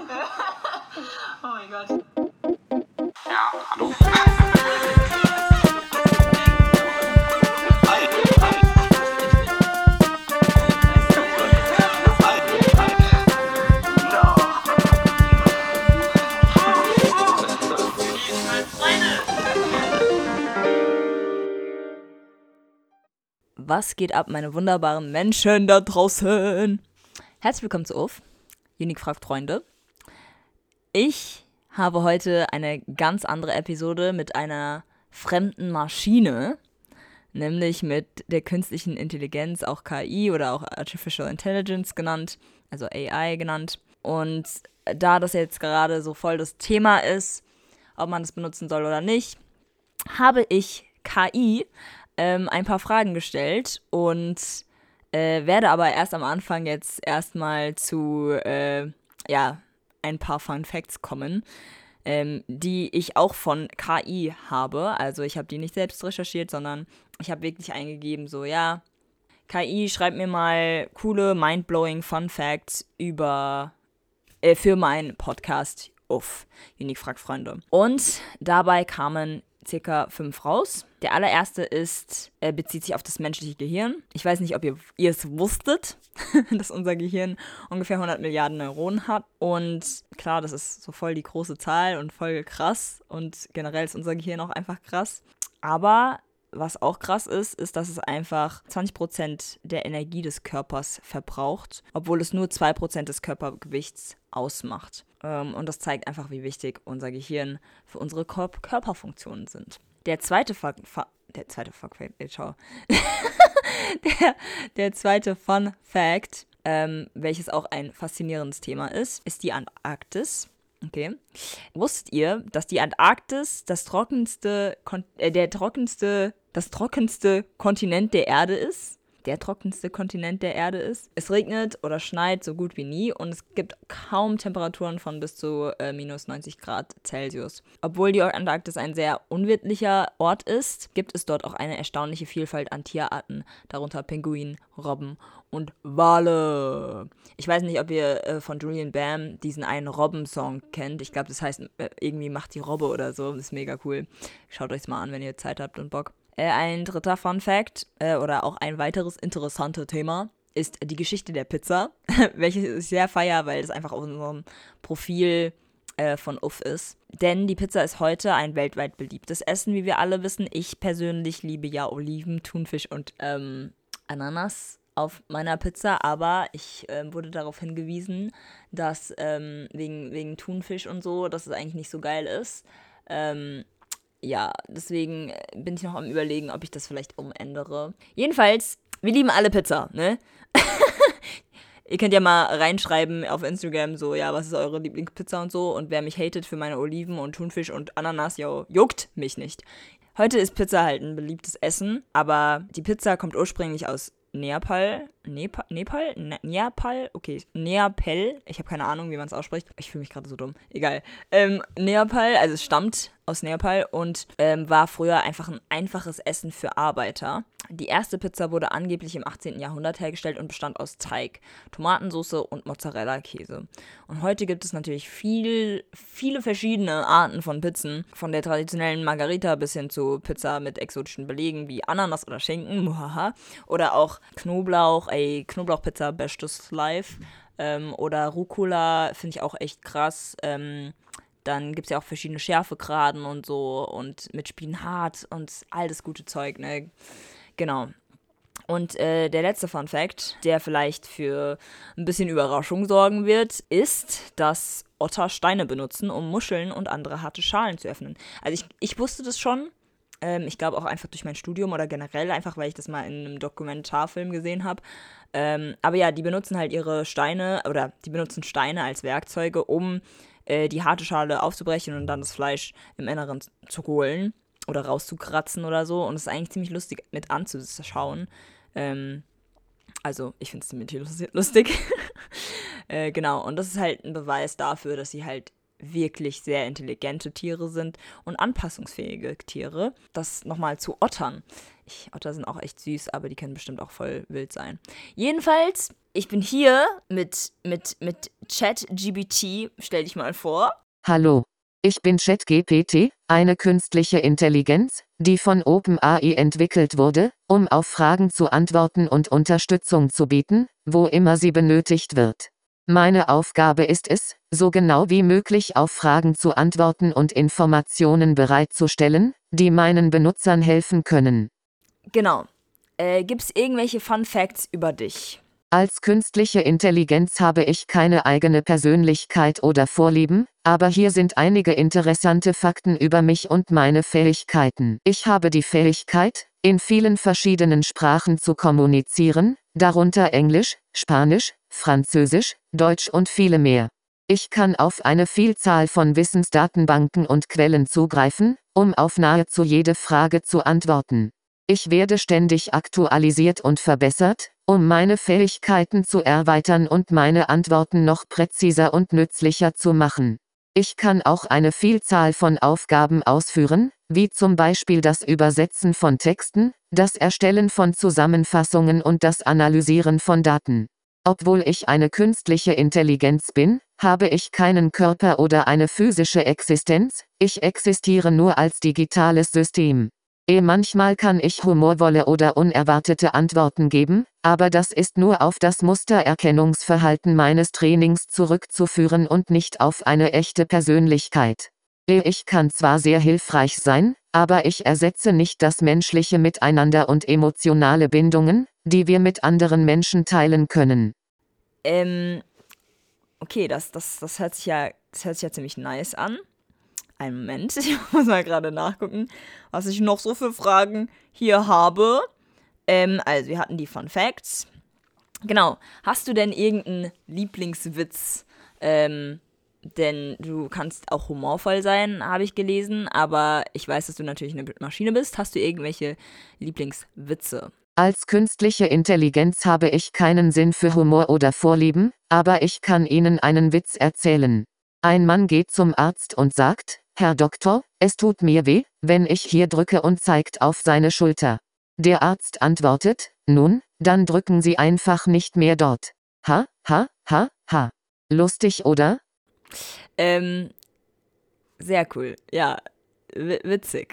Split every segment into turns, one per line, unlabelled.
Oh mein Gott.
Ja, hallo.
Was geht ab, meine wunderbaren Menschen da draußen? Herzlich willkommen zu UF, Unique fragt Freunde. Ich habe heute eine ganz andere Episode mit einer fremden Maschine, nämlich mit der künstlichen Intelligenz, auch KI oder auch Artificial Intelligence genannt, also AI genannt. Und da das jetzt gerade so voll das Thema ist, ob man das benutzen soll oder nicht, habe ich KI ein paar Fragen gestellt und werde aber erst am Anfang jetzt erstmal zu ein paar Fun Facts kommen, die ich auch von KI habe. Also ich habe die nicht selbst recherchiert, sondern ich habe wirklich eingegeben, so ja, KI, schreib mir mal coole, mindblowing Fun Facts für meinen Podcast UF, Unique fragt Freunde. Und dabei kamen circa 5 raus. Der allererste bezieht sich auf das menschliche Gehirn. Ich weiß nicht, ob ihr es wusstet, dass unser Gehirn ungefähr 100 Milliarden Neuronen hat. Und klar, das ist so voll die große Zahl und voll krass. Und generell ist unser Gehirn auch einfach krass. Aber was auch krass ist, dass es einfach 20% der Energie des Körpers verbraucht, obwohl es nur 2% des Körpergewichts ausmacht. Und das zeigt einfach, wie wichtig unser Gehirn für unsere Körperfunktionen sind. Der zweite Fun Fact, welches auch ein faszinierendes Thema ist die Antarktis. Okay. Wusstet ihr, dass die Antarktis das trockenste Kontinent der Erde ist? Der trockenste Kontinent der Erde ist. Es regnet oder schneit so gut wie nie und es gibt kaum Temperaturen von bis zu minus 90 Grad Celsius. Obwohl die Antarktis ein sehr unwirtlicher Ort ist, gibt es dort auch eine erstaunliche Vielfalt an Tierarten, darunter Pinguinen, Robben und Wale. Ich weiß nicht, ob ihr von Julian Bam diesen einen Robben-Song kennt. Ich glaube, das heißt irgendwie macht die Robbe oder so. Das ist mega cool. Schaut euch's mal an, wenn ihr Zeit habt und Bock. Ein dritter Fun Fact oder auch ein weiteres interessantes Thema ist die Geschichte der Pizza, welches ich sehr feiere, weil es einfach auf unserem Profil von UF ist. Denn die Pizza ist heute ein weltweit beliebtes Essen, wie wir alle wissen. Ich persönlich liebe ja Oliven, Thunfisch und Ananas auf meiner Pizza, aber ich wurde darauf hingewiesen, dass wegen Thunfisch und so, dass es eigentlich nicht so geil ist. Ja, deswegen bin ich noch am Überlegen, ob ich das vielleicht umändere. Jedenfalls, wir lieben alle Pizza, ne? Ihr könnt ja mal reinschreiben auf Instagram so, ja, was ist eure Lieblingspizza und so. Und wer mich hatet für meine Oliven und Thunfisch und Ananas, juckt mich nicht. Heute ist Pizza halt ein beliebtes Essen, aber die Pizza kommt ursprünglich aus Neapel? Okay, Neapel. Ich habe keine Ahnung, wie man es ausspricht. Ich fühle mich gerade so dumm. Egal. Neapel, also es stammt aus Neapel und war früher einfach ein einfaches Essen für Arbeiter. Die erste Pizza wurde angeblich im 18. Jahrhundert hergestellt und bestand aus Teig, Tomatensauce und Mozzarella-Käse. Und heute gibt es natürlich viele verschiedene Arten von Pizzen, von der traditionellen Margarita bis hin zu Pizza mit exotischen Belegen wie Ananas oder Schinken, muhaha, oder auch Knoblauch, Knoblauchpizza, bestes Life, oder Rucola, finde ich auch echt krass, dann gibt es ja auch verschiedene Schärfegraden und so und mit Spinat und all das gute Zeug, ne? Genau. Und der letzte Fun Fact, der vielleicht für ein bisschen Überraschung sorgen wird, ist, dass Otter Steine benutzen, um Muscheln und andere harte Schalen zu öffnen. Also ich wusste das schon. Ich glaube auch einfach durch mein Studium oder generell einfach, weil ich das mal in einem Dokumentarfilm gesehen habe. Aber ja, die benutzen halt ihre Steine oder die benutzen Steine als Werkzeuge, um die harte Schale aufzubrechen und dann das Fleisch im Inneren zu holen oder rauszukratzen oder so. Und es ist eigentlich ziemlich lustig mit anzuschauen. Also, ich finde es ziemlich lustig. Genau, und das ist halt ein Beweis dafür, dass sie halt wirklich sehr intelligente Tiere sind und anpassungsfähige Tiere. Das nochmal zu Ottern. Otter sind auch echt süß, aber die können bestimmt auch voll wild sein. Jedenfalls, ich bin hier mit ChatGPT, stell dich mal vor.
Hallo. Ich bin ChatGPT, eine künstliche Intelligenz, die von OpenAI entwickelt wurde, um auf Fragen zu antworten und Unterstützung zu bieten, wo immer sie benötigt wird. Meine Aufgabe ist es, so genau wie möglich auf Fragen zu antworten und Informationen bereitzustellen, die meinen Benutzern helfen können.
Genau. Gibt's irgendwelche Fun Facts über dich?
Als künstliche Intelligenz habe ich keine eigene Persönlichkeit oder Vorlieben, aber hier sind einige interessante Fakten über mich und meine Fähigkeiten. Ich habe die Fähigkeit, in vielen verschiedenen Sprachen zu kommunizieren, darunter Englisch, Spanisch, Französisch, Deutsch und viele mehr. Ich kann auf eine Vielzahl von Wissensdatenbanken und Quellen zugreifen, um auf nahezu jede Frage zu antworten. Ich werde ständig aktualisiert und verbessert, um meine Fähigkeiten zu erweitern und meine Antworten noch präziser und nützlicher zu machen. Ich kann auch eine Vielzahl von Aufgaben ausführen, wie zum Beispiel das Übersetzen von Texten, das Erstellen von Zusammenfassungen und das Analysieren von Daten. Obwohl ich eine künstliche Intelligenz bin, habe ich keinen Körper oder eine physische Existenz, ich existiere nur als digitales System. Manchmal kann ich humorvolle oder unerwartete Antworten geben, aber das ist nur auf das Mustererkennungsverhalten meines Trainings zurückzuführen und nicht auf eine echte Persönlichkeit. Ich kann zwar sehr hilfreich sein, aber ich ersetze nicht das menschliche Miteinander und emotionale Bindungen, die wir mit anderen Menschen teilen können.
Okay, das hört sich ja ziemlich nice an. Einen Moment, ich muss mal gerade nachgucken, was ich noch so für Fragen hier habe. Also, wir hatten die Fun Facts. Genau, hast du denn irgendeinen Lieblingswitz? Denn du kannst auch humorvoll sein, habe ich gelesen, aber ich weiß, dass du natürlich eine Maschine bist. Hast du irgendwelche Lieblingswitze?
Als künstliche Intelligenz habe ich keinen Sinn für Humor oder Vorlieben, aber ich kann Ihnen einen Witz erzählen. Ein Mann geht zum Arzt und sagt: Herr Doktor, es tut mir weh, wenn ich hier drücke, und zeigt auf seine Schulter. Der Arzt antwortet: Nun, dann drücken Sie einfach nicht mehr dort. Ha, ha, ha, ha. Lustig, oder?
Sehr cool. Ja, witzig.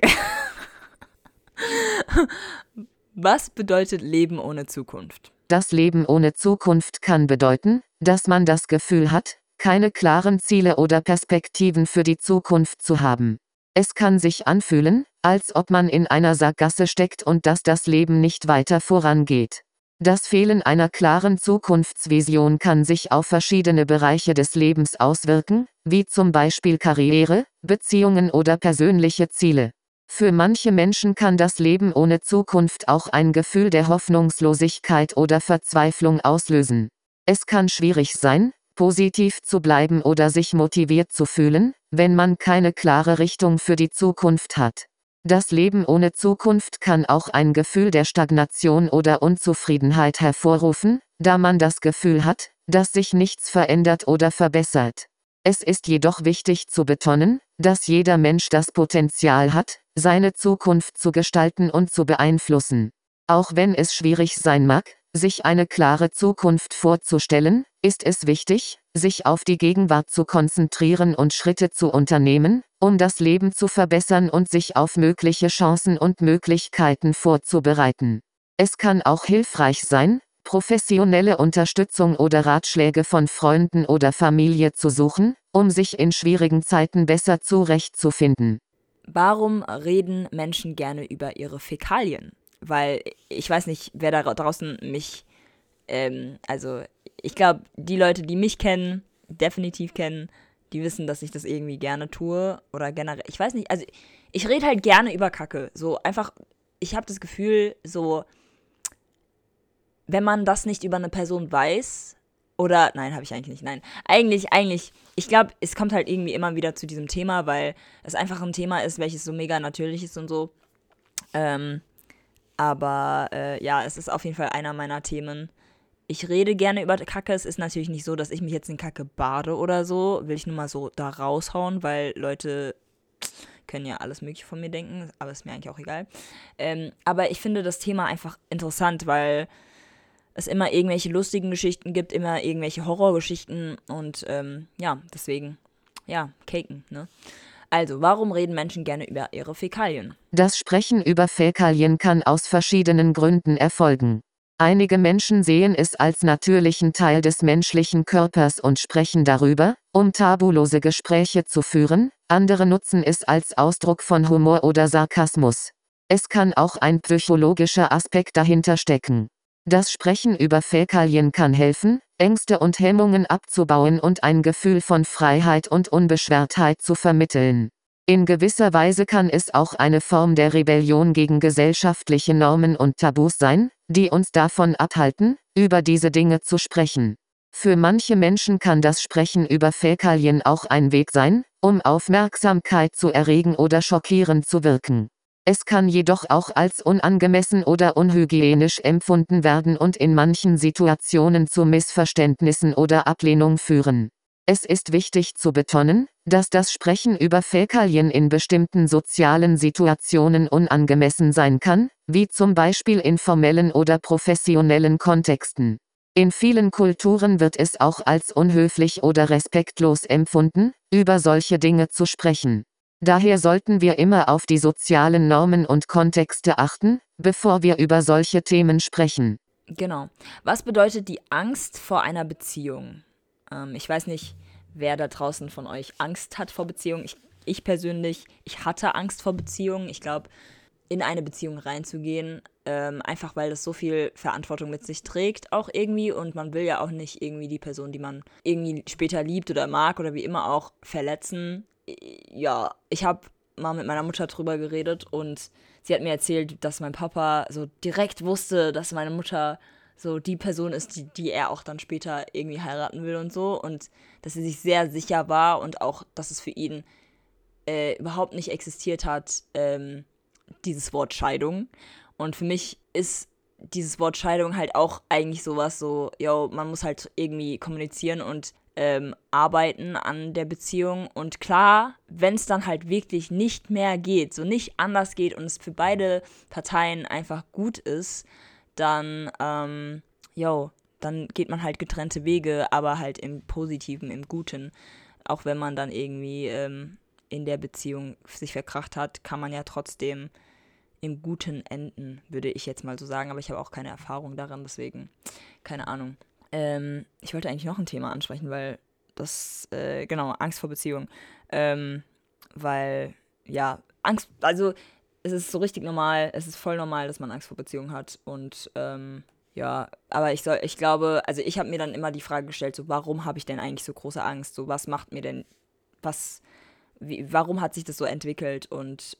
Was bedeutet Leben ohne Zukunft?
Das Leben ohne Zukunft kann bedeuten, dass man das Gefühl hat, keine klaren Ziele oder Perspektiven für die Zukunft zu haben. Es kann sich anfühlen, als ob man in einer Sackgasse steckt und dass das Leben nicht weiter vorangeht. Das Fehlen einer klaren Zukunftsvision kann sich auf verschiedene Bereiche des Lebens auswirken, wie zum Beispiel Karriere, Beziehungen oder persönliche Ziele. Für manche Menschen kann das Leben ohne Zukunft auch ein Gefühl der Hoffnungslosigkeit oder Verzweiflung auslösen. Es kann schwierig sein, positiv zu bleiben oder sich motiviert zu fühlen, wenn man keine klare Richtung für die Zukunft hat. Das Leben ohne Zukunft kann auch ein Gefühl der Stagnation oder Unzufriedenheit hervorrufen, da man das Gefühl hat, dass sich nichts verändert oder verbessert. Es ist jedoch wichtig zu betonen, dass jeder Mensch das Potenzial hat, seine Zukunft zu gestalten und zu beeinflussen. Auch wenn es schwierig sein mag, sich eine klare Zukunft vorzustellen, ist es wichtig, sich auf die Gegenwart zu konzentrieren und Schritte zu unternehmen, um das Leben zu verbessern und sich auf mögliche Chancen und Möglichkeiten vorzubereiten. Es kann auch hilfreich sein, professionelle Unterstützung oder Ratschläge von Freunden oder Familie zu suchen, um sich in schwierigen Zeiten besser zurechtzufinden.
Warum reden Menschen gerne über ihre Fäkalien? Weil ich weiß nicht, wer da draußen mich, also ich glaube, die Leute, die mich kennen, definitiv kennen, die wissen, dass ich das irgendwie gerne tue oder generell, ich weiß nicht, also ich rede halt gerne über Kacke, so einfach, ich habe das Gefühl, so, wenn man das nicht über eine Person weiß, oder, nein, habe ich eigentlich nicht, nein, eigentlich, ich glaube, es kommt halt irgendwie immer wieder zu diesem Thema, weil es einfach ein Thema ist, welches so mega natürlich ist und so, aber ja, es ist auf jeden Fall einer meiner Themen, ich rede gerne über Kacke. Es ist natürlich nicht so, dass ich mich jetzt in Kacke bade oder so. Will ich nur mal so da raushauen, weil Leute können ja alles Mögliche von mir denken, aber ist mir eigentlich auch egal. Aber ich finde das Thema einfach interessant, weil es immer irgendwelche lustigen Geschichten gibt, immer irgendwelche Horrorgeschichten und deswegen, Caken, ne? Also, warum reden Menschen gerne über ihre Fäkalien?
Das Sprechen über Fäkalien kann aus verschiedenen Gründen erfolgen. Einige Menschen sehen es als natürlichen Teil des menschlichen Körpers und sprechen darüber, um tabulose Gespräche zu führen, andere nutzen es als Ausdruck von Humor oder Sarkasmus. Es kann auch ein psychologischer Aspekt dahinter stecken. Das Sprechen über Fäkalien kann helfen, Ängste und Hemmungen abzubauen und ein Gefühl von Freiheit und Unbeschwertheit zu vermitteln. In gewisser Weise kann es auch eine Form der Rebellion gegen gesellschaftliche Normen und Tabus sein, die uns davon abhalten, über diese Dinge zu sprechen. Für manche Menschen kann das Sprechen über Fäkalien auch ein Weg sein, um Aufmerksamkeit zu erregen oder schockierend zu wirken. Es kann jedoch auch als unangemessen oder unhygienisch empfunden werden und in manchen Situationen zu Missverständnissen oder Ablehnung führen. Es ist wichtig zu betonen, dass das Sprechen über Fäkalien in bestimmten sozialen Situationen unangemessen sein kann, wie zum Beispiel in formellen oder professionellen Kontexten. In vielen Kulturen wird es auch als unhöflich oder respektlos empfunden, über solche Dinge zu sprechen. Daher sollten wir immer auf die sozialen Normen und Kontexte achten, bevor wir über solche Themen sprechen.
Genau. Was bedeutet die Angst vor einer Beziehung? Ich weiß nicht, wer da draußen von euch Angst hat vor Beziehungen. Ich persönlich, ich hatte Angst vor Beziehungen. Ich glaube, in eine Beziehung reinzugehen, einfach weil das so viel Verantwortung mit sich trägt auch irgendwie und man will ja auch nicht irgendwie die Person, die man irgendwie später liebt oder mag oder wie immer auch verletzen. Ja, ich habe mal mit meiner Mutter drüber geredet und sie hat mir erzählt, dass mein Papa so direkt wusste, dass meine Mutter so die Person ist, die er auch dann später irgendwie heiraten will und so und dass sie sich sehr sicher war und auch, dass es für ihn überhaupt nicht existiert hat, dieses Wort Scheidung. Und für mich ist dieses Wort Scheidung halt auch eigentlich sowas so, man muss halt irgendwie kommunizieren und arbeiten an der Beziehung. Und klar, wenn es dann halt wirklich nicht mehr geht, so nicht anders geht und es für beide Parteien einfach gut ist, dann, dann geht man halt getrennte Wege, aber halt im Positiven, im Guten. Auch wenn man dann irgendwie in der Beziehung sich verkracht hat, kann man ja trotzdem im Guten enden, würde ich jetzt mal so sagen. Aber ich habe auch keine Erfahrung daran, deswegen keine Ahnung. Ich wollte eigentlich noch ein Thema ansprechen, weil das, Angst vor Beziehung. Weil, Angst, also es ist so richtig normal, es ist voll normal, dass man Angst vor Beziehungen hat und, aber ich glaube, also ich habe mir dann immer die Frage gestellt, so warum habe ich denn eigentlich so große Angst? So was macht mir denn, warum hat sich das so entwickelt und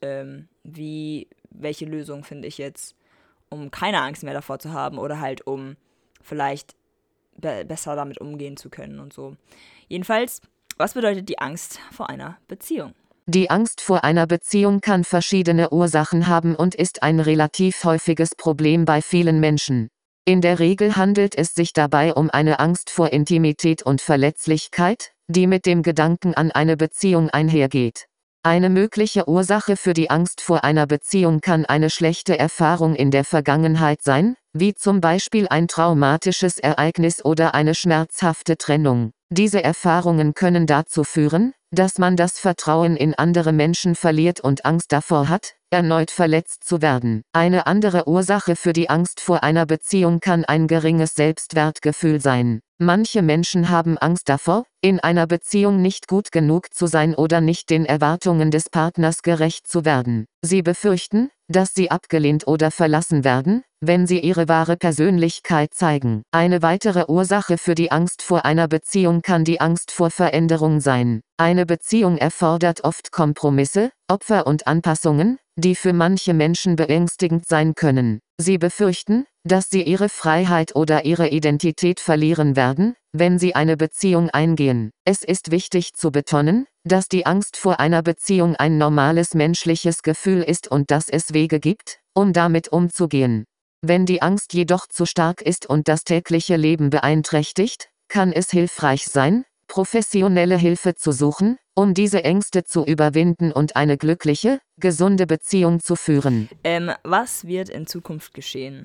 welche Lösung finde ich jetzt, um keine Angst mehr davor zu haben oder halt um vielleicht besser damit umgehen zu können und so. Jedenfalls, was bedeutet die Angst vor einer Beziehung?
Die Angst vor einer Beziehung kann verschiedene Ursachen haben und ist ein relativ häufiges Problem bei vielen Menschen. In der Regel handelt es sich dabei um eine Angst vor Intimität und Verletzlichkeit, die mit dem Gedanken an eine Beziehung einhergeht. Eine mögliche Ursache für die Angst vor einer Beziehung kann eine schlechte Erfahrung in der Vergangenheit sein, wie zum Beispiel ein traumatisches Ereignis oder eine schmerzhafte Trennung. Diese Erfahrungen können dazu führen, dass man das Vertrauen in andere Menschen verliert und Angst davor hat, erneut verletzt zu werden. Eine andere Ursache für die Angst vor einer Beziehung kann ein geringes Selbstwertgefühl sein. Manche Menschen haben Angst davor, in einer Beziehung nicht gut genug zu sein oder nicht den Erwartungen des Partners gerecht zu werden. Sie befürchten, dass sie abgelehnt oder verlassen werden, wenn sie ihre wahre Persönlichkeit zeigen. Eine weitere Ursache für die Angst vor einer Beziehung kann die Angst vor Veränderung sein. Eine Beziehung erfordert oft Kompromisse, Opfer und Anpassungen, die für manche Menschen beängstigend sein können. Sie befürchten, dass sie ihre Freiheit oder ihre Identität verlieren werden, wenn sie eine Beziehung eingehen. Es ist wichtig zu betonen, dass die Angst vor einer Beziehung ein normales menschliches Gefühl ist und dass es Wege gibt, um damit umzugehen. Wenn die Angst jedoch zu stark ist und das tägliche Leben beeinträchtigt, kann es hilfreich sein, professionelle Hilfe zu suchen, um diese Ängste zu überwinden und eine glückliche, gesunde Beziehung zu führen.
Was wird in Zukunft geschehen?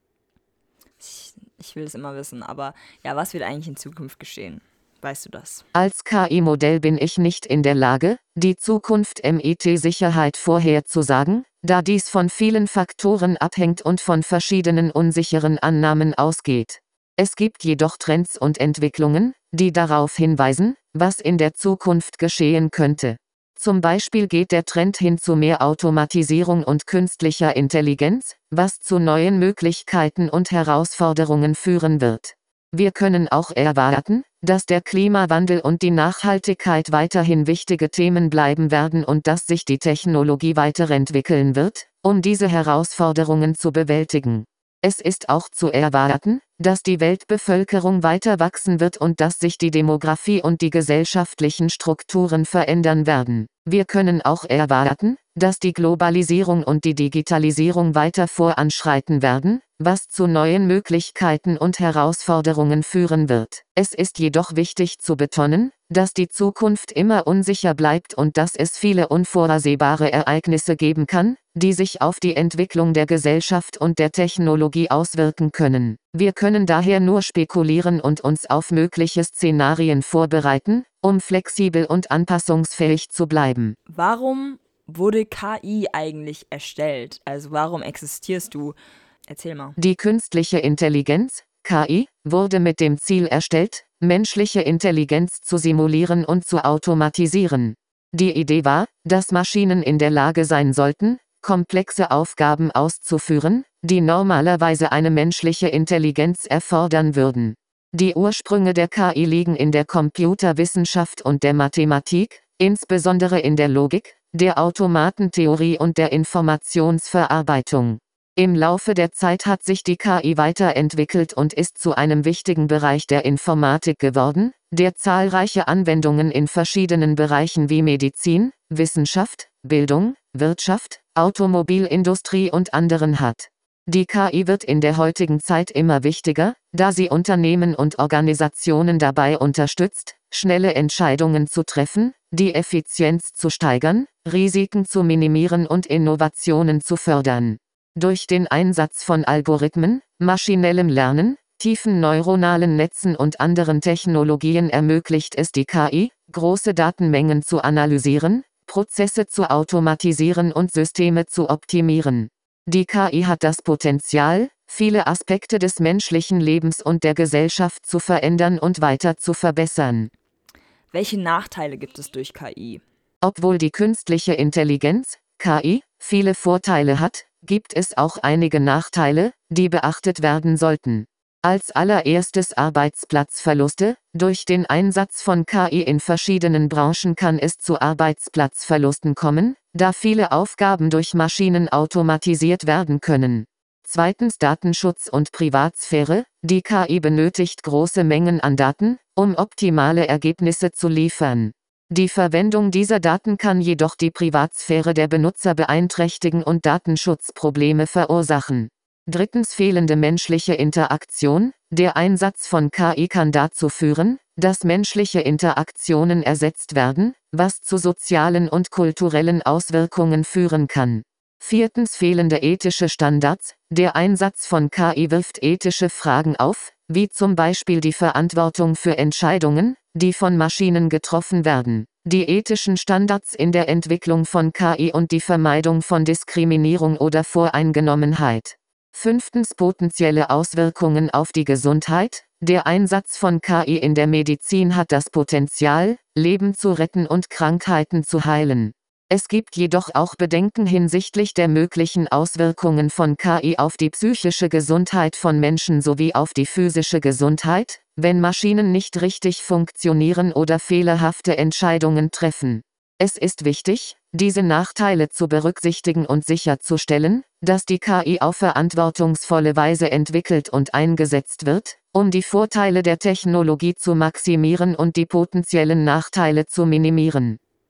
Ich will es immer wissen, aber ja, was wird eigentlich in Zukunft geschehen? Weißt du das?
Als KI-Modell bin ich nicht in der Lage, die Zukunft mit Sicherheit vorherzusagen, da dies von vielen Faktoren abhängt und von verschiedenen unsicheren Annahmen ausgeht. Es gibt jedoch Trends und Entwicklungen, die darauf hinweisen, was in der Zukunft geschehen könnte. Zum Beispiel geht der Trend hin zu mehr Automatisierung und künstlicher Intelligenz, was zu neuen Möglichkeiten und Herausforderungen führen wird. Wir können auch erwarten, dass der Klimawandel und die Nachhaltigkeit weiterhin wichtige Themen bleiben werden und dass sich die Technologie weiterentwickeln wird, um diese Herausforderungen zu bewältigen. Es ist auch zu erwarten, dass die Weltbevölkerung weiter wachsen wird und dass sich die Demografie und die gesellschaftlichen Strukturen verändern werden. Wir können auch erwarten, dass die Globalisierung und die Digitalisierung weiter voranschreiten werden, was zu neuen Möglichkeiten und Herausforderungen führen wird. Es ist jedoch wichtig zu betonen, dass die Zukunft immer unsicher bleibt und dass es viele unvorhersehbare Ereignisse geben kann, die sich auf die Entwicklung der Gesellschaft und der Technologie auswirken können. Wir können daher nur spekulieren und uns auf mögliche Szenarien vorbereiten, um flexibel und anpassungsfähig zu bleiben.
Warum wurde KI eigentlich erstellt? Also warum existierst du? Erzähl mal.
Die künstliche Intelligenz, KI, wurde mit dem Ziel erstellt, menschliche Intelligenz zu simulieren und zu automatisieren. Die Idee war, dass Maschinen in der Lage sein sollten, komplexe Aufgaben auszuführen, die normalerweise eine menschliche Intelligenz erfordern würden. Die Ursprünge der KI liegen in der Computerwissenschaft und der Mathematik, insbesondere in der Logik, der Automatentheorie und der Informationsverarbeitung. Im Laufe der Zeit hat sich die KI weiterentwickelt und ist zu einem wichtigen Bereich der Informatik geworden, der zahlreiche Anwendungen in verschiedenen Bereichen wie Medizin, Wissenschaft, Bildung, Wirtschaft, Automobilindustrie und anderen hat. Die KI wird in der heutigen Zeit immer wichtiger, da sie Unternehmen und Organisationen dabei unterstützt, schnelle Entscheidungen zu treffen, die Effizienz zu steigern, Risiken zu minimieren und Innovationen zu fördern. Durch den Einsatz von Algorithmen, maschinellem Lernen, tiefen neuronalen Netzen und anderen Technologien ermöglicht es die KI, große Datenmengen zu analysieren, Prozesse zu automatisieren und Systeme zu optimieren. Die KI hat das Potenzial, viele Aspekte des menschlichen Lebens und der Gesellschaft zu verändern und weiter zu verbessern.
Welche Nachteile gibt es durch KI?
Obwohl die künstliche Intelligenz, KI, viele Vorteile hat, gibt es auch einige Nachteile, die beachtet werden sollten. Als allererstes Arbeitsplatzverluste. Durch den Einsatz von KI in verschiedenen Branchen kann es zu Arbeitsplatzverlusten kommen, da viele Aufgaben durch Maschinen automatisiert werden können. Zweitens Datenschutz und Privatsphäre. Die KI benötigt große Mengen an Daten, um optimale Ergebnisse zu liefern. Die Verwendung dieser Daten kann jedoch die Privatsphäre der Benutzer beeinträchtigen und Datenschutzprobleme verursachen. Drittens fehlende menschliche Interaktion. Der Einsatz von KI kann dazu führen, dass menschliche Interaktionen ersetzt werden, was zu sozialen und kulturellen Auswirkungen führen kann. Viertens fehlende ethische Standards. Der Einsatz von KI wirft ethische Fragen auf, wie zum Beispiel die Verantwortung für Entscheidungen, die von Maschinen getroffen werden. Die ethischen Standards in der Entwicklung von KI und die Vermeidung von Diskriminierung oder Voreingenommenheit. Fünftens potenzielle Auswirkungen auf die Gesundheit. Der Einsatz von KI in der Medizin hat das Potenzial, Leben zu retten und Krankheiten zu heilen. Es gibt jedoch auch Bedenken hinsichtlich der möglichen Auswirkungen von KI auf die psychische Gesundheit von Menschen sowie auf die physische Gesundheit, wenn Maschinen nicht richtig funktionieren oder fehlerhafte Entscheidungen treffen. Es ist wichtig, diese Nachteile zu berücksichtigen und sicherzustellen, dass die KI auf verantwortungsvolle Weise entwickelt und eingesetzt wird, um die Vorteile der Technologie zu maximieren und die potenziellen Nachteile zu minimieren.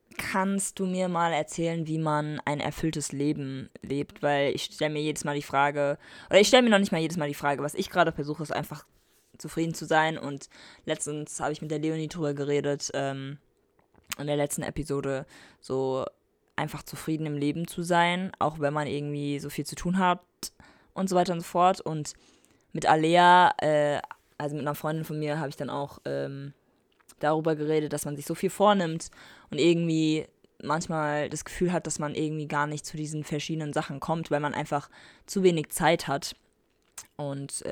kannst du mir mal erzählen, wie man ein erfülltes Leben lebt? Weil ich stelle mir jedes Mal die Frage, oder ich stelle mir noch nicht mal jedes Mal die Frage, was ich gerade versuche, ist einfach zufrieden zu sein. Und letztens habe ich mit der Leonie drüber geredet, in der letzten Episode, so einfach zufrieden im Leben zu sein, auch wenn man irgendwie so viel zu tun hat und so weiter und so fort. Und mit Alea, also mit einer Freundin von mir, habe ich dann auch darüber geredet, dass man sich so viel vornimmt und irgendwie manchmal das Gefühl hat, dass man irgendwie gar nicht zu diesen verschiedenen Sachen kommt, weil man einfach zu wenig Zeit hat. Und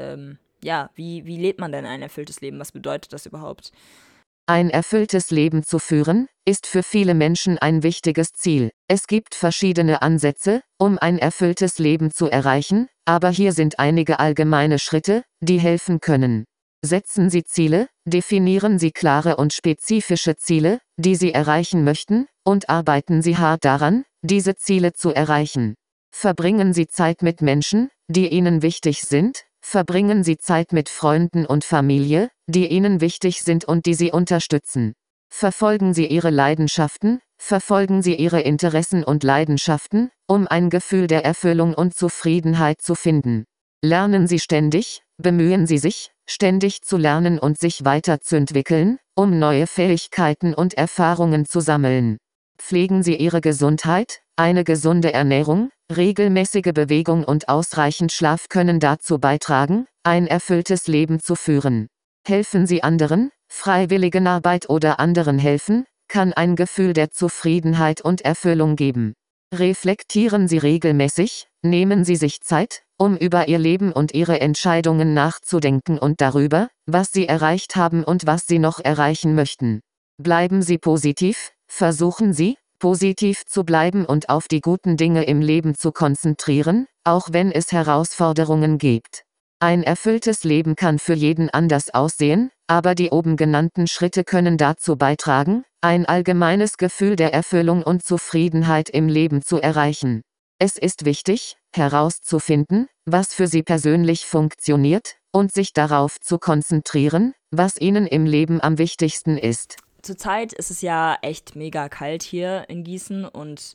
wie lebt man denn ein erfülltes Leben? Was bedeutet das überhaupt?
Ein erfülltes Leben zu führen, ist für viele Menschen ein wichtiges Ziel. Es gibt verschiedene Ansätze, um ein erfülltes Leben zu erreichen, aber hier sind einige allgemeine Schritte, die helfen können. Setzen Sie Ziele, definieren Sie klare und spezifische Ziele, die Sie erreichen möchten, und arbeiten Sie hart daran, diese Ziele zu erreichen. Verbringen Sie Zeit mit Menschen, die Ihnen wichtig sind. Verbringen Sie Zeit mit Freunden und Familie, die Ihnen wichtig sind und die Sie unterstützen. Verfolgen Sie Ihre Leidenschaften, verfolgen Sie Ihre Interessen und Leidenschaften, um ein Gefühl der Erfüllung und Zufriedenheit zu finden. Lernen Sie ständig, bemühen Sie sich, ständig zu lernen und sich weiterzuentwickeln, um neue Fähigkeiten und Erfahrungen zu sammeln. Pflegen Sie Ihre Gesundheit. Eine gesunde Ernährung, regelmäßige Bewegung und ausreichend Schlaf können dazu beitragen, ein erfülltes Leben zu führen. Helfen Sie anderen, Freiwilligenarbeit oder anderen helfen, kann ein Gefühl der Zufriedenheit und Erfüllung geben. Reflektieren Sie regelmäßig, nehmen Sie sich Zeit, um über Ihr Leben und Ihre Entscheidungen nachzudenken und darüber, was Sie erreicht haben und was Sie noch erreichen möchten. Bleiben Sie positiv, versuchen Sie, positiv zu bleiben und auf die guten Dinge im Leben zu konzentrieren, auch wenn es Herausforderungen gibt. Ein erfülltes Leben kann für jeden anders aussehen, aber die oben genannten Schritte können dazu beitragen, ein allgemeines Gefühl der Erfüllung und Zufriedenheit im Leben zu erreichen. Es ist wichtig, herauszufinden, was für Sie persönlich funktioniert, und sich darauf zu konzentrieren, was Ihnen im Leben am wichtigsten ist.
Zurzeit ist es ja echt mega kalt hier in Gießen und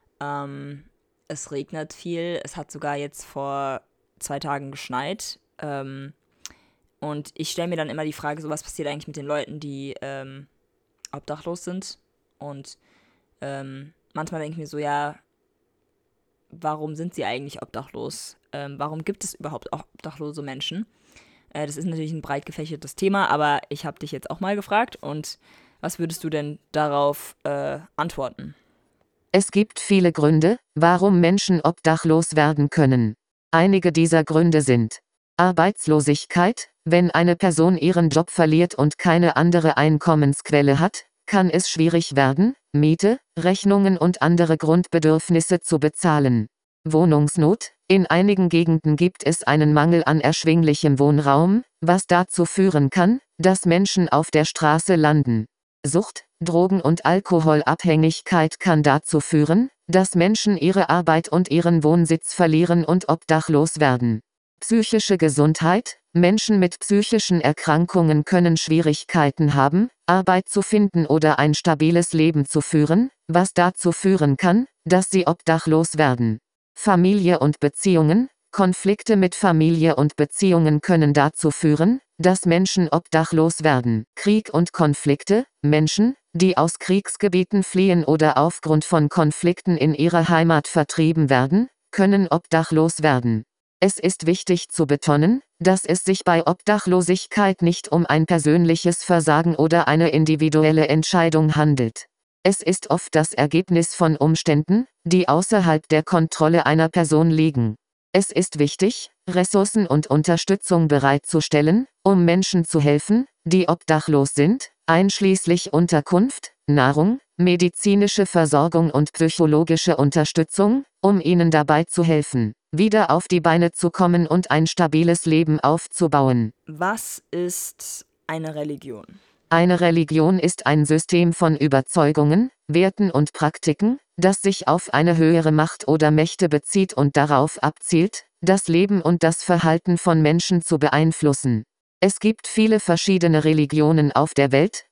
es regnet viel. Es hat sogar jetzt vor 2 Tagen geschneit. Und ich stelle mir dann immer die Frage, so was passiert eigentlich mit den Leuten, die obdachlos sind. Und manchmal denke ich mir so, ja, warum sind sie eigentlich obdachlos? Warum gibt es überhaupt obdachlose Menschen? Das ist natürlich ein breit gefächertes Thema, aber ich habe dich jetzt auch mal gefragt und was würdest du denn darauf antworten?
Es gibt viele Gründe, warum Menschen obdachlos werden können. Einige dieser Gründe sind Arbeitslosigkeit. Wenn eine Person ihren Job verliert und keine andere Einkommensquelle hat, kann es schwierig werden, Miete, Rechnungen und andere Grundbedürfnisse zu bezahlen. Wohnungsnot. In einigen Gegenden gibt es einen Mangel an erschwinglichem Wohnraum, was dazu führen kann, dass Menschen auf der Straße landen. Sucht, Drogen- und Alkoholabhängigkeit kann dazu führen, dass Menschen ihre Arbeit und ihren Wohnsitz verlieren und obdachlos werden. Psychische Gesundheit. Menschen mit psychischen Erkrankungen können Schwierigkeiten haben, Arbeit zu finden oder ein stabiles Leben zu führen, was dazu führen kann, dass sie obdachlos werden. Familie und Beziehungen. Konflikte mit Familie und Beziehungen können dazu führen, dass Menschen obdachlos werden. Krieg und Konflikte. Menschen, die aus Kriegsgebieten fliehen oder aufgrund von Konflikten in ihre Heimat vertrieben werden, können obdachlos werden. Es ist wichtig zu betonen, dass es sich bei Obdachlosigkeit nicht um ein persönliches Versagen oder eine individuelle Entscheidung handelt. Es ist oft das Ergebnis von Umständen, die außerhalb der Kontrolle einer Person liegen. Es ist wichtig, Ressourcen und Unterstützung bereitzustellen, um Menschen zu helfen, die obdachlos sind, einschließlich Unterkunft, Nahrung, medizinische Versorgung und psychologische Unterstützung, um ihnen dabei zu helfen, wieder auf die Beine zu kommen und ein stabiles Leben aufzubauen.
Was ist eine Religion?
Eine Religion ist ein System von Überzeugungen, Werten und Praktiken, das sich auf eine höhere Macht oder Mächte bezieht und darauf abzielt, das Leben und das Verhalten von Menschen zu beeinflussen. Es gibt viele verschiedene Religionen auf der Welt,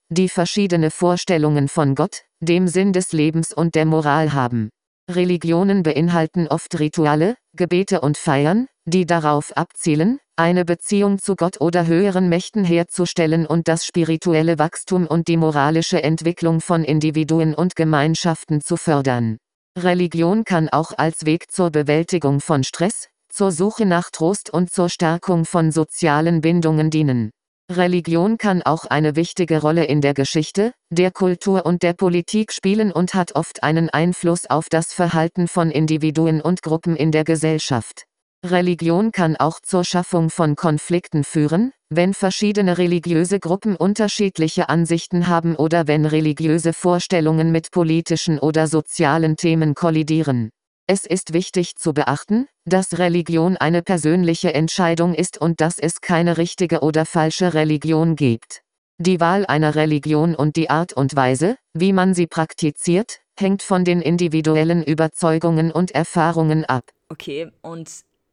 die verschiedene Vorstellungen von Gott, dem Sinn des Lebens und der Moral haben. Religionen beinhalten oft Rituale, Gebete und Feiern, die darauf abzielen, eine Beziehung zu Gott oder höheren Mächten herzustellen und das spirituelle Wachstum und die moralische Entwicklung von Individuen und Gemeinschaften zu fördern. Religion kann auch als Weg zur Bewältigung von Stress, zur Suche nach Trost und zur Stärkung von sozialen Bindungen dienen. Religion kann auch eine wichtige Rolle in der Geschichte, der Kultur und der Politik spielen und hat oft einen Einfluss auf das Verhalten von Individuen und Gruppen in der Gesellschaft. Religion kann auch zur Schaffung von Konflikten führen, wenn verschiedene religiöse Gruppen unterschiedliche Ansichten haben oder wenn religiöse Vorstellungen mit politischen oder sozialen Themen kollidieren. Es ist wichtig zu beachten, dass Religion eine persönliche Entscheidung ist und dass es keine richtige oder falsche Religion gibt. Die Wahl einer Religion und die Art und Weise, wie man sie praktiziert, hängt von den individuellen Überzeugungen und Erfahrungen ab.
Okay, und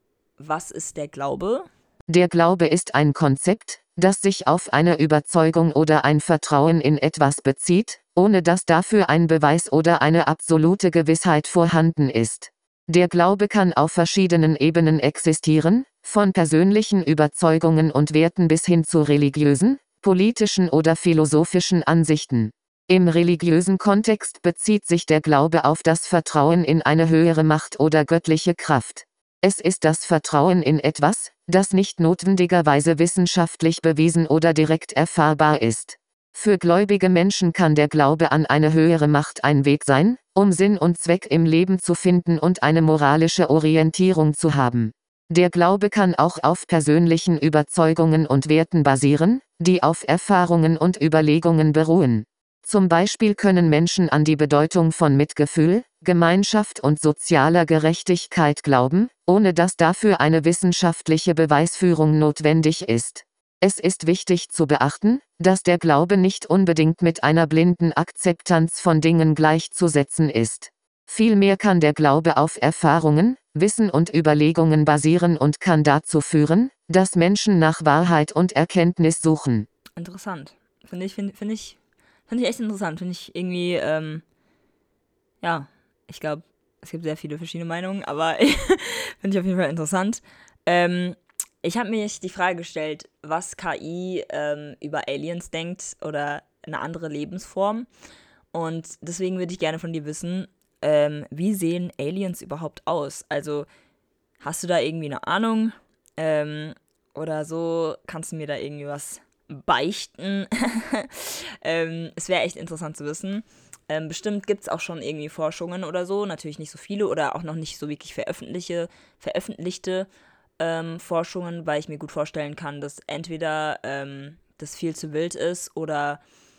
was ist der Glaube?
Der Glaube ist ein Konzept, das sich auf eine Überzeugung oder ein Vertrauen in etwas bezieht, ohne dass dafür ein Beweis oder eine absolute Gewissheit vorhanden ist. Der Glaube kann auf verschiedenen Ebenen existieren, von persönlichen Überzeugungen und Werten bis hin zu religiösen, politischen oder philosophischen Ansichten. Im religiösen Kontext bezieht sich der Glaube auf das Vertrauen in eine höhere Macht oder göttliche Kraft. Es ist das Vertrauen in etwas, das nicht notwendigerweise wissenschaftlich bewiesen oder direkt erfahrbar ist. Für gläubige Menschen kann der Glaube an eine höhere Macht ein Weg sein, um Sinn und Zweck im Leben zu finden und eine moralische Orientierung zu haben. Der Glaube kann auch auf persönlichen Überzeugungen und Werten basieren, die auf Erfahrungen und Überlegungen beruhen. Zum Beispiel können Menschen an die Bedeutung von Mitgefühl, Gemeinschaft und sozialer Gerechtigkeit glauben, ohne dass dafür eine wissenschaftliche Beweisführung notwendig ist. Es ist wichtig zu beachten, dass der Glaube nicht unbedingt mit einer blinden Akzeptanz von Dingen gleichzusetzen ist. Vielmehr kann der Glaube auf Erfahrungen, Wissen und Überlegungen basieren und kann dazu führen, dass Menschen nach Wahrheit und Erkenntnis suchen.
Interessant. Finde ich echt interessant. Finde ich irgendwie, ja, ich glaube, es gibt sehr viele verschiedene Meinungen, aber finde ich auf jeden Fall interessant. Ich habe mir die Frage gestellt, was KI über Aliens denkt oder eine andere Lebensform. Und deswegen würde ich gerne von dir wissen, wie sehen Aliens überhaupt aus? Also, hast du da irgendwie eine Ahnung? Oder so, kannst du mir da irgendwie was beichten? Es wäre echt interessant zu wissen. Bestimmt gibt es auch schon irgendwie Forschungen oder so, natürlich nicht so viele oder auch noch nicht so wirklich veröffentlichte Forschungen, weil ich mir gut vorstellen kann, dass entweder das viel zu wild ist oder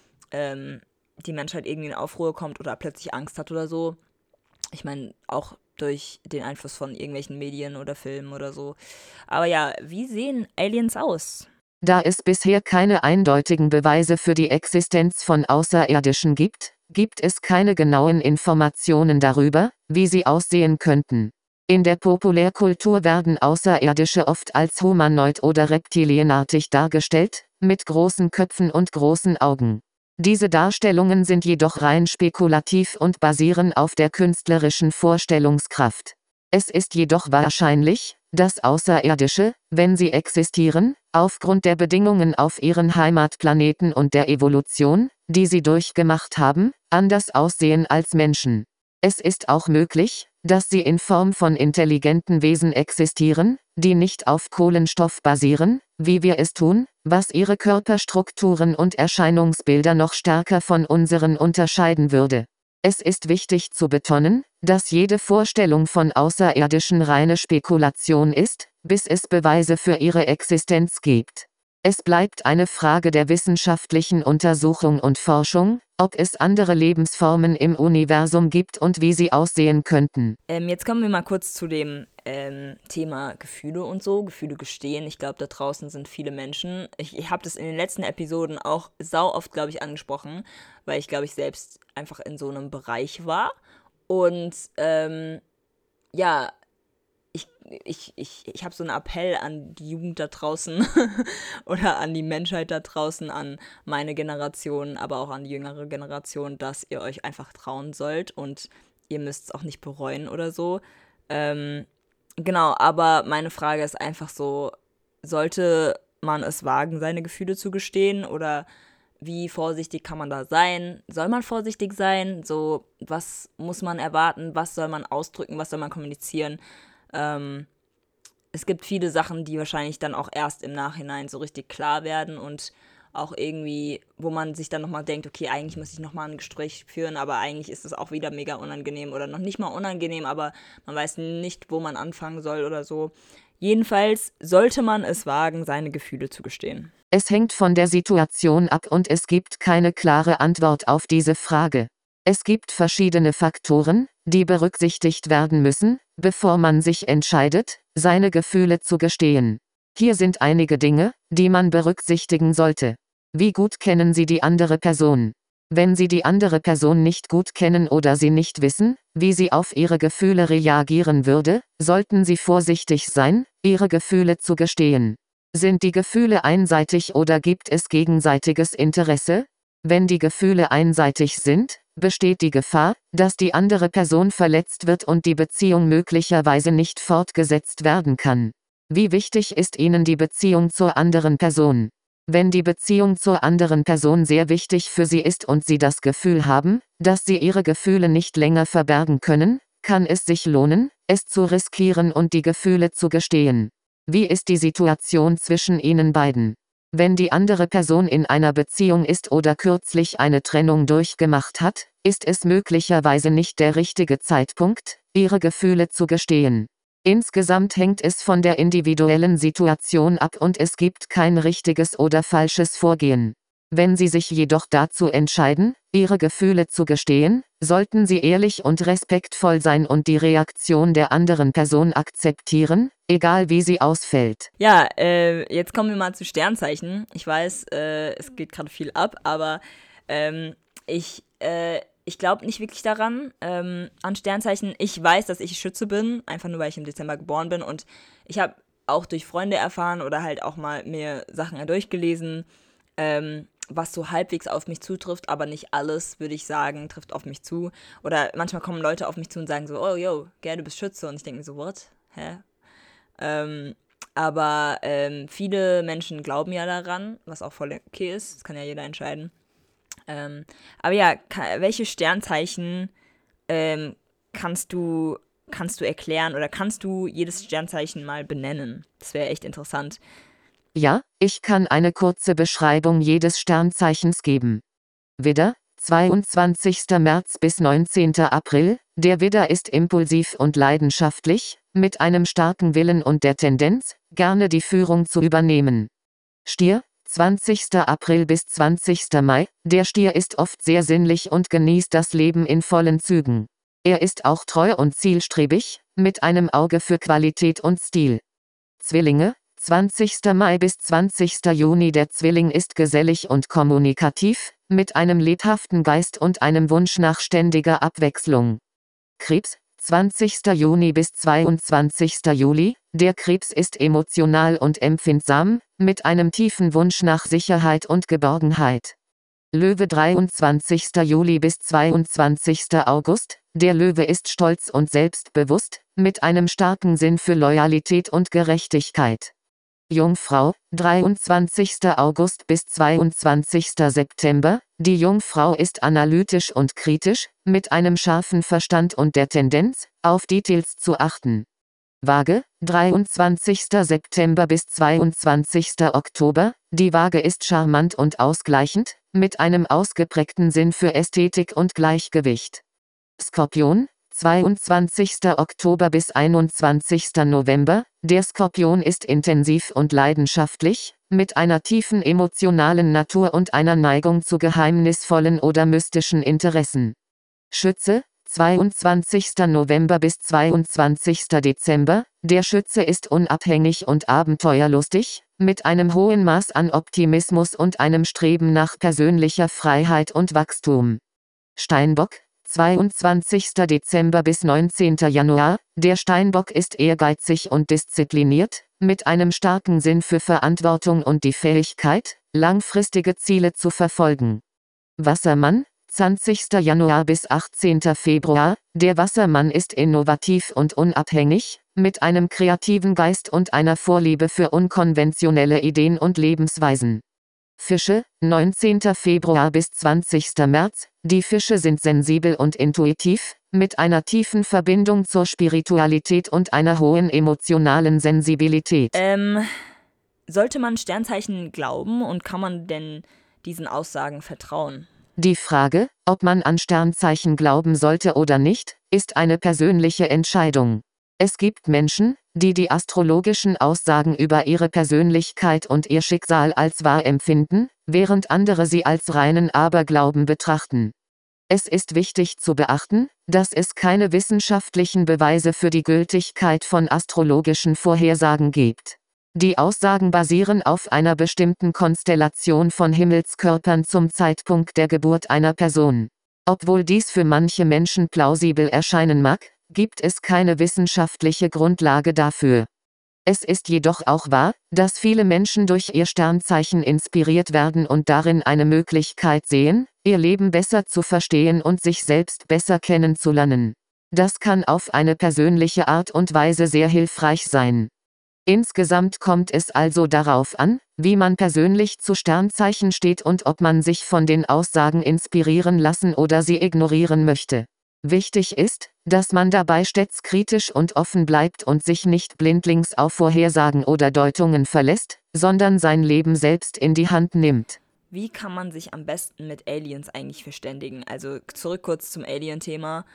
die Menschheit irgendwie in Aufruhr kommt oder plötzlich Angst hat oder so. Ich meine, auch durch den Einfluss von irgendwelchen Medien oder Filmen oder so. Aber ja, wie sehen Aliens aus?
Da es bisher keine eindeutigen Beweise für die Existenz von Außerirdischen gibt, gibt es keine genauen Informationen darüber, wie sie aussehen könnten. In der Populärkultur werden Außerirdische oft als humanoid oder reptilienartig dargestellt, mit großen Köpfen und großen Augen. Diese Darstellungen sind jedoch rein spekulativ und basieren auf der künstlerischen Vorstellungskraft. Es ist jedoch wahrscheinlich, dass Außerirdische, wenn sie existieren, aufgrund der Bedingungen auf ihren Heimatplaneten und der Evolution, die sie durchgemacht haben, anders aussehen als Menschen. Es ist auch möglich, dass sie in Form von intelligenten Wesen existieren, die nicht auf Kohlenstoff basieren, wie wir es tun, was ihre Körperstrukturen und Erscheinungsbilder noch stärker von unseren unterscheiden würde. Es ist wichtig zu betonen, dass jede Vorstellung von Außerirdischen reine Spekulation ist, bis es Beweise für ihre Existenz gibt. Es bleibt eine Frage der wissenschaftlichen Untersuchung und Forschung, ob es andere Lebensformen im Universum gibt und wie sie aussehen könnten.
Jetzt kommen wir mal kurz zu dem Thema Gefühle und so, Gefühle gestehen. Ich glaube, da draußen sind viele Menschen. Ich habe das in den letzten Episoden auch sau oft, glaube ich, angesprochen, weil ich, glaube ich, selbst einfach in so einem Bereich war. Und ja, ich habe so einen Appell an die Jugend da draußen oder an die Menschheit da draußen, an meine Generation, aber auch an die jüngere Generation, dass ihr euch einfach trauen sollt und ihr müsst es auch nicht bereuen oder so. Genau, aber meine Frage ist einfach so, sollte man es wagen, seine Gefühle zu gestehen oder wie vorsichtig kann man da sein? Soll man vorsichtig sein? So, was muss man erwarten? Was soll man ausdrücken? Was soll man kommunizieren? Es gibt viele Sachen, die wahrscheinlich dann auch erst im Nachhinein so richtig klar werden und auch irgendwie, wo man sich dann nochmal denkt, okay, eigentlich muss ich nochmal ein Gespräch führen, aber eigentlich ist es auch wieder mega unangenehm oder noch nicht mal unangenehm, aber man weiß nicht, wo man anfangen soll oder so. Jedenfalls sollte man es wagen, seine Gefühle zu gestehen.
Es hängt von der Situation ab und es gibt keine klare Antwort auf diese Frage. Es gibt verschiedene Faktoren, die berücksichtigt werden müssen, bevor man sich entscheidet, seine Gefühle zu gestehen. Hier sind einige Dinge, die man berücksichtigen sollte. Wie gut kennen Sie die andere Person? Wenn Sie die andere Person nicht gut kennen oder Sie nicht wissen, wie sie auf Ihre Gefühle reagieren würde, sollten Sie vorsichtig sein, Ihre Gefühle zu gestehen. Sind die Gefühle einseitig oder gibt es gegenseitiges Interesse? Wenn die Gefühle einseitig sind, besteht die Gefahr, dass die andere Person verletzt wird und die Beziehung möglicherweise nicht fortgesetzt werden kann. Wie wichtig ist Ihnen die Beziehung zur anderen Person? Wenn die Beziehung zur anderen Person sehr wichtig für Sie ist und Sie das Gefühl haben, dass Sie Ihre Gefühle nicht länger verbergen können, kann es sich lohnen, es zu riskieren und die Gefühle zu gestehen. Wie ist die Situation zwischen Ihnen beiden? Wenn die andere Person in einer Beziehung ist oder kürzlich eine Trennung durchgemacht hat, ist es möglicherweise nicht der richtige Zeitpunkt, Ihre Gefühle zu gestehen. Insgesamt hängt es von der individuellen Situation ab und es gibt kein richtiges oder falsches Vorgehen. Wenn Sie sich jedoch dazu entscheiden, Ihre Gefühle zu gestehen, sollten Sie ehrlich und respektvoll sein und die Reaktion der anderen Person akzeptieren, egal wie sie ausfällt.
Ja, jetzt kommen wir mal zu Sternzeichen. Ich weiß, es geht gerade viel ab, aber ich glaube nicht wirklich daran, an Sternzeichen. Ich weiß, dass ich Schütze bin, einfach nur, weil ich im Dezember geboren bin. Und ich habe auch durch Freunde erfahren oder halt auch mal mir Sachen durchgelesen, was so halbwegs auf mich zutrifft, aber nicht alles, würde ich sagen, trifft auf mich zu. Oder manchmal kommen Leute auf mich zu und sagen so, oh, yo, gell, du bist Schütze. Und ich denke mir so, what? Hä? Aber viele Menschen glauben ja daran, was auch voll okay ist. Das kann ja jeder entscheiden. Aber ja, welche Sternzeichen kannst du erklären oder kannst du jedes Sternzeichen mal benennen? Das wäre echt interessant.
Ja, ich kann eine kurze Beschreibung jedes Sternzeichens geben. Widder, 22. März bis 19. April. Der Widder ist impulsiv und leidenschaftlich, mit einem starken Willen und der Tendenz, gerne die Führung zu übernehmen. Stier, 20. April bis 20. Mai. Der Stier ist oft sehr sinnlich und genießt das Leben in vollen Zügen. Er ist auch treu und zielstrebig, mit einem Auge für Qualität und Stil. Zwillinge, 20. Mai bis 20. Juni. Der Zwilling ist gesellig und kommunikativ, mit einem lebhaften Geist und einem Wunsch nach ständiger Abwechslung. Krebs, 20. Juni bis 22. Juli. Der Krebs ist emotional und empfindsam, mit einem tiefen Wunsch nach Sicherheit und Geborgenheit. Löwe, 23. Juli bis 22. August. Der Löwe ist stolz und selbstbewusst, mit einem starken Sinn für Loyalität und Gerechtigkeit. Jungfrau, 23. August bis 22. September. Die Jungfrau ist analytisch und kritisch, mit einem scharfen Verstand und der Tendenz, auf Details zu achten. Waage, 23. September bis 22. Oktober. Die Waage ist charmant und ausgleichend, mit einem ausgeprägten Sinn für Ästhetik und Gleichgewicht. Skorpion, 22. Oktober bis 21. November. Der Skorpion ist intensiv und leidenschaftlich, mit einer tiefen emotionalen Natur und einer Neigung zu geheimnisvollen oder mystischen Interessen. Schütze, 22. November bis 22. Dezember. Der Schütze ist unabhängig und abenteuerlustig, mit einem hohen Maß an Optimismus und einem Streben nach persönlicher Freiheit und Wachstum. Steinbock, 22. Dezember bis 19. Januar. Der Steinbock ist ehrgeizig und diszipliniert, mit einem starken Sinn für Verantwortung und die Fähigkeit, langfristige Ziele zu verfolgen. Wassermann, 20. Januar bis 18. Februar. Der Wassermann ist innovativ und unabhängig, mit einem kreativen Geist und einer Vorliebe für unkonventionelle Ideen und Lebensweisen. Fische, 19. Februar bis 20. März. Die Fische sind sensibel und intuitiv, mit einer tiefen Verbindung zur Spiritualität und einer hohen emotionalen Sensibilität.
Sollte man Sternzeichen glauben und kann man denn diesen Aussagen vertrauen?
Die Frage, ob man an Sternzeichen glauben sollte oder nicht, ist eine persönliche Entscheidung. Es gibt Menschen, die die astrologischen Aussagen über ihre Persönlichkeit und ihr Schicksal als wahr empfinden, während andere sie als reinen Aberglauben betrachten. Es ist wichtig zu beachten, dass es keine wissenschaftlichen Beweise für die Gültigkeit von astrologischen Vorhersagen gibt. Die Aussagen basieren auf einer bestimmten Konstellation von Himmelskörpern zum Zeitpunkt der Geburt einer Person. Obwohl dies für manche Menschen plausibel erscheinen mag, gibt es keine wissenschaftliche Grundlage dafür. Es ist jedoch auch wahr, dass viele Menschen durch ihr Sternzeichen inspiriert werden und darin eine Möglichkeit sehen, ihr Leben besser zu verstehen und sich selbst besser kennenzulernen. Das kann auf eine persönliche Art und Weise sehr hilfreich sein. Insgesamt kommt es also darauf an, wie man persönlich zu Sternzeichen steht und ob man sich von den Aussagen inspirieren lassen oder sie ignorieren möchte. Wichtig ist, dass man dabei stets kritisch und offen bleibt und sich nicht blindlings auf Vorhersagen oder Deutungen verlässt, sondern sein Leben selbst in die Hand nimmt.
Wie kann man sich am besten mit Aliens eigentlich verständigen? Also zurück kurz zum Alien-Thema,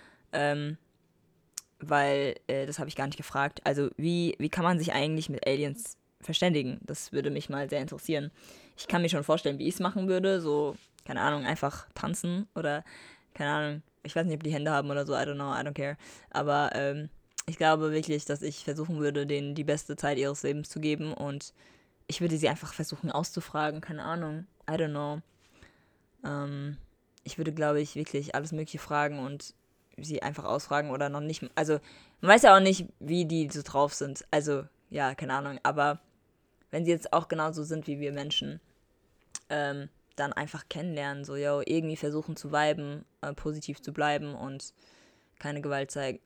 weil das habe ich gar nicht gefragt. Also wie kann man sich eigentlich mit Aliens verständigen? Das würde mich mal sehr interessieren. Ich kann mir schon vorstellen, wie ich es machen würde. So, keine Ahnung, einfach tanzen oder, keine Ahnung, ich weiß nicht, ob die Hände haben oder so, I don't know, I don't care. Aber ich glaube wirklich, dass ich versuchen würde, denen die beste Zeit ihres Lebens zu geben und ich würde sie einfach versuchen auszufragen, keine Ahnung, I don't know. Ich würde, glaube ich, wirklich alles Mögliche fragen und sie einfach ausfragen oder noch nicht, also man weiß ja auch nicht, wie die so drauf sind, also ja, keine Ahnung, aber wenn sie jetzt auch genauso sind wie wir Menschen, dann einfach kennenlernen, so, yo, irgendwie versuchen zu viben, positiv zu bleiben und keine Gewalt zeigen.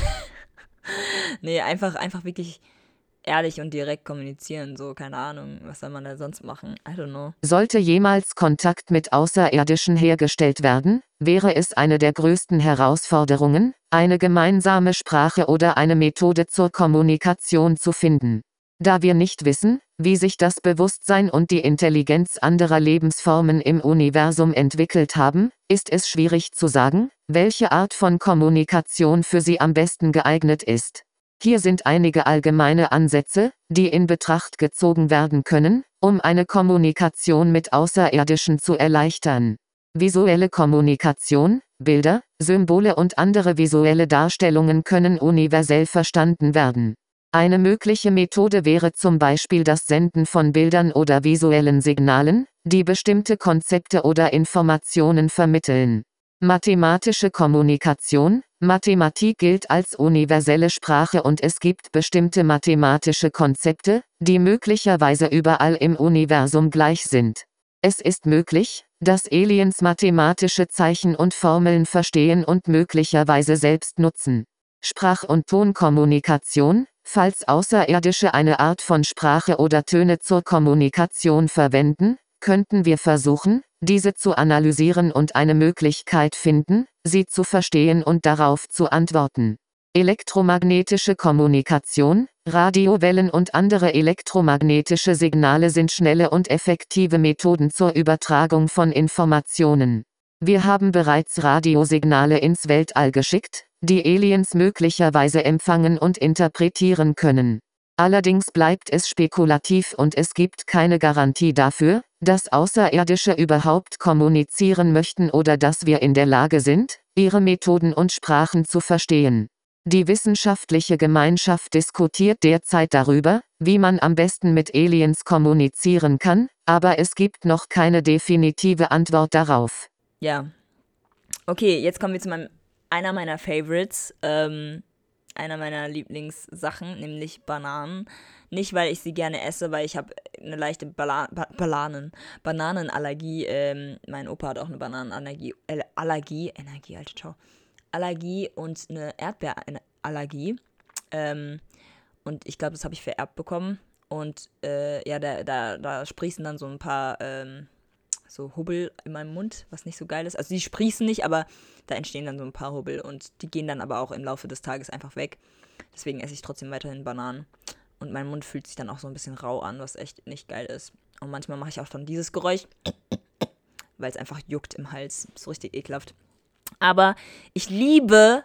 Nee, einfach wirklich ehrlich und direkt kommunizieren, so, keine Ahnung, was soll man da sonst machen, I don't know.
Sollte jemals Kontakt mit Außerirdischen hergestellt werden, wäre es eine der größten Herausforderungen, eine gemeinsame Sprache oder eine Methode zur Kommunikation zu finden. Da wir nicht wissen, wie sich das Bewusstsein und die Intelligenz anderer Lebensformen im Universum entwickelt haben, ist es schwierig zu sagen, welche Art von Kommunikation für sie am besten geeignet ist. Hier sind einige allgemeine Ansätze, die in Betracht gezogen werden können, um eine Kommunikation mit Außerirdischen zu erleichtern. Visuelle Kommunikation, Bilder, Symbole und andere visuelle Darstellungen können universell verstanden werden. Eine mögliche Methode wäre zum Beispiel das Senden von Bildern oder visuellen Signalen, die bestimmte Konzepte oder Informationen vermitteln. Mathematische Kommunikation. Mathematik gilt als universelle Sprache und es gibt bestimmte mathematische Konzepte, die möglicherweise überall im Universum gleich sind. Es ist möglich, dass Aliens mathematische Zeichen und Formeln verstehen und möglicherweise selbst nutzen. Sprach- und Tonkommunikation. Falls Außerirdische eine Art von Sprache oder Töne zur Kommunikation verwenden, könnten wir versuchen, diese zu analysieren und eine Möglichkeit finden, sie zu verstehen und darauf zu antworten. Elektromagnetische Kommunikation, Radiowellen und andere elektromagnetische Signale sind schnelle und effektive Methoden zur Übertragung von Informationen. Wir haben bereits Radiosignale ins Weltall geschickt, die Aliens möglicherweise empfangen und interpretieren können. Allerdings bleibt es spekulativ und es gibt keine Garantie dafür, dass Außerirdische überhaupt kommunizieren möchten oder dass wir in der Lage sind, ihre Methoden und Sprachen zu verstehen. Die wissenschaftliche Gemeinschaft diskutiert derzeit darüber, wie man am besten mit Aliens kommunizieren kann, aber es gibt noch keine definitive Antwort darauf.
Ja, Okay, jetzt kommen wir zu einer meiner Favorites, einer meiner Lieblingssachen, nämlich Bananen. Nicht, weil ich sie gerne esse, weil ich habe eine leichte Bananenallergie. Mein Opa hat auch eine Bananenallergie. Allergie und eine Erdbeerallergie. Und ich glaube, das habe ich vererbt bekommen. Und ja, da sprießen dann so ein paar so Hubbel in meinem Mund, was nicht so geil ist. Also die sprießen nicht, aber da entstehen dann so ein paar Hubbel und die gehen dann aber auch im Laufe des Tages einfach weg. Deswegen esse ich trotzdem weiterhin Bananen. Und mein Mund fühlt sich dann auch so ein bisschen rau an, was echt nicht geil ist. Und manchmal mache ich auch dann dieses Geräusch, weil es einfach juckt im Hals. So richtig ekelhaft. Aber ich liebe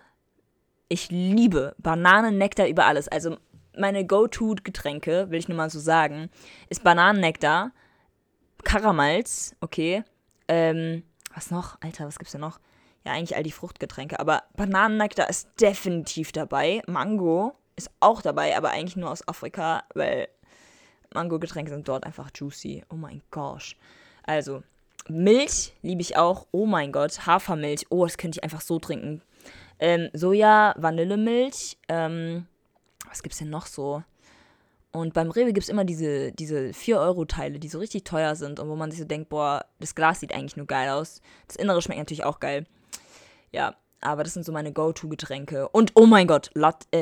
Bananennektar über alles. Also meine Go-To-Getränke, will ich nur mal so sagen, ist Bananennektar, Karamals, okay. Was noch? Alter, was gibt's denn noch? Ja, eigentlich all die Fruchtgetränke. Aber Bananennektar ist definitiv dabei. Mango ist auch dabei, aber eigentlich nur aus Afrika, weil Mango-Getränke sind dort einfach juicy. Oh mein Gosh. Also, Milch liebe ich auch. Oh mein Gott, Hafermilch. Oh, das könnte ich einfach so trinken. Soja, Vanillemilch. Was gibt's denn noch so? Und beim Rewe gibt es immer diese 4-Euro-Teile, die so richtig teuer sind und wo man sich so denkt, boah, das Glas sieht eigentlich nur geil aus. Das Innere schmeckt natürlich auch geil. Ja, aber das sind so meine Go-To-Getränke. Und oh mein Gott,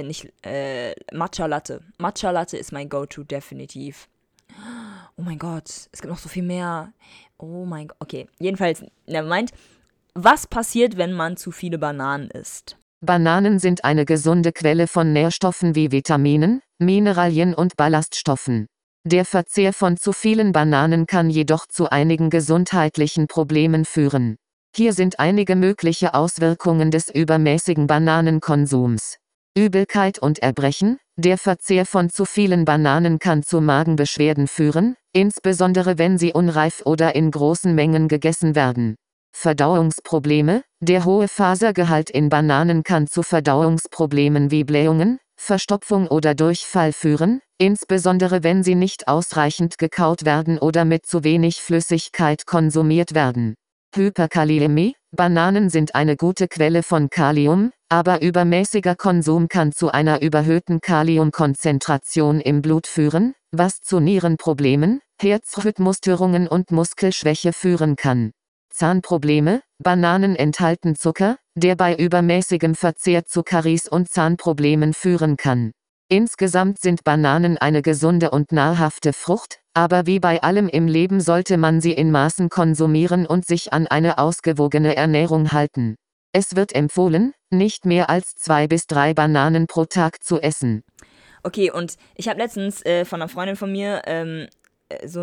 Matcha Latte. Matcha Latte ist mein Go-To definitiv. Oh mein Gott, es gibt noch so viel mehr. Oh mein Gott, okay. Jedenfalls, nevermind. Was passiert, wenn man zu viele Bananen isst?
Bananen sind eine gesunde Quelle von Nährstoffen wie Vitaminen, Mineralien und Ballaststoffen. Der Verzehr von zu vielen Bananen kann jedoch zu einigen gesundheitlichen Problemen führen. Hier sind einige mögliche Auswirkungen des übermäßigen Bananenkonsums. Übelkeit und Erbrechen. Der Verzehr von zu vielen Bananen kann zu Magenbeschwerden führen, insbesondere wenn sie unreif oder in großen Mengen gegessen werden. Verdauungsprobleme. Der hohe Fasergehalt in Bananen kann zu Verdauungsproblemen wie Blähungen, Verstopfung oder Durchfall führen, insbesondere wenn sie nicht ausreichend gekaut werden oder mit zu wenig Flüssigkeit konsumiert werden. Hyperkaliämie. Bananen sind eine gute Quelle von Kalium, aber übermäßiger Konsum kann zu einer überhöhten Kaliumkonzentration im Blut führen, was zu Nierenproblemen, Herzrhythmusstörungen und Muskelschwäche führen kann. Zahnprobleme. Bananen enthalten Zucker, der bei übermäßigem Verzehr zu Karies und Zahnproblemen führen kann. Insgesamt sind Bananen eine gesunde und nahrhafte Frucht, aber wie bei allem im Leben sollte man sie in Maßen konsumieren und sich an eine ausgewogene Ernährung halten. Es wird empfohlen, nicht mehr als 2 bis 3 Bananen pro Tag zu essen.
Okay, und ich habe letztens von einer Freundin von mir so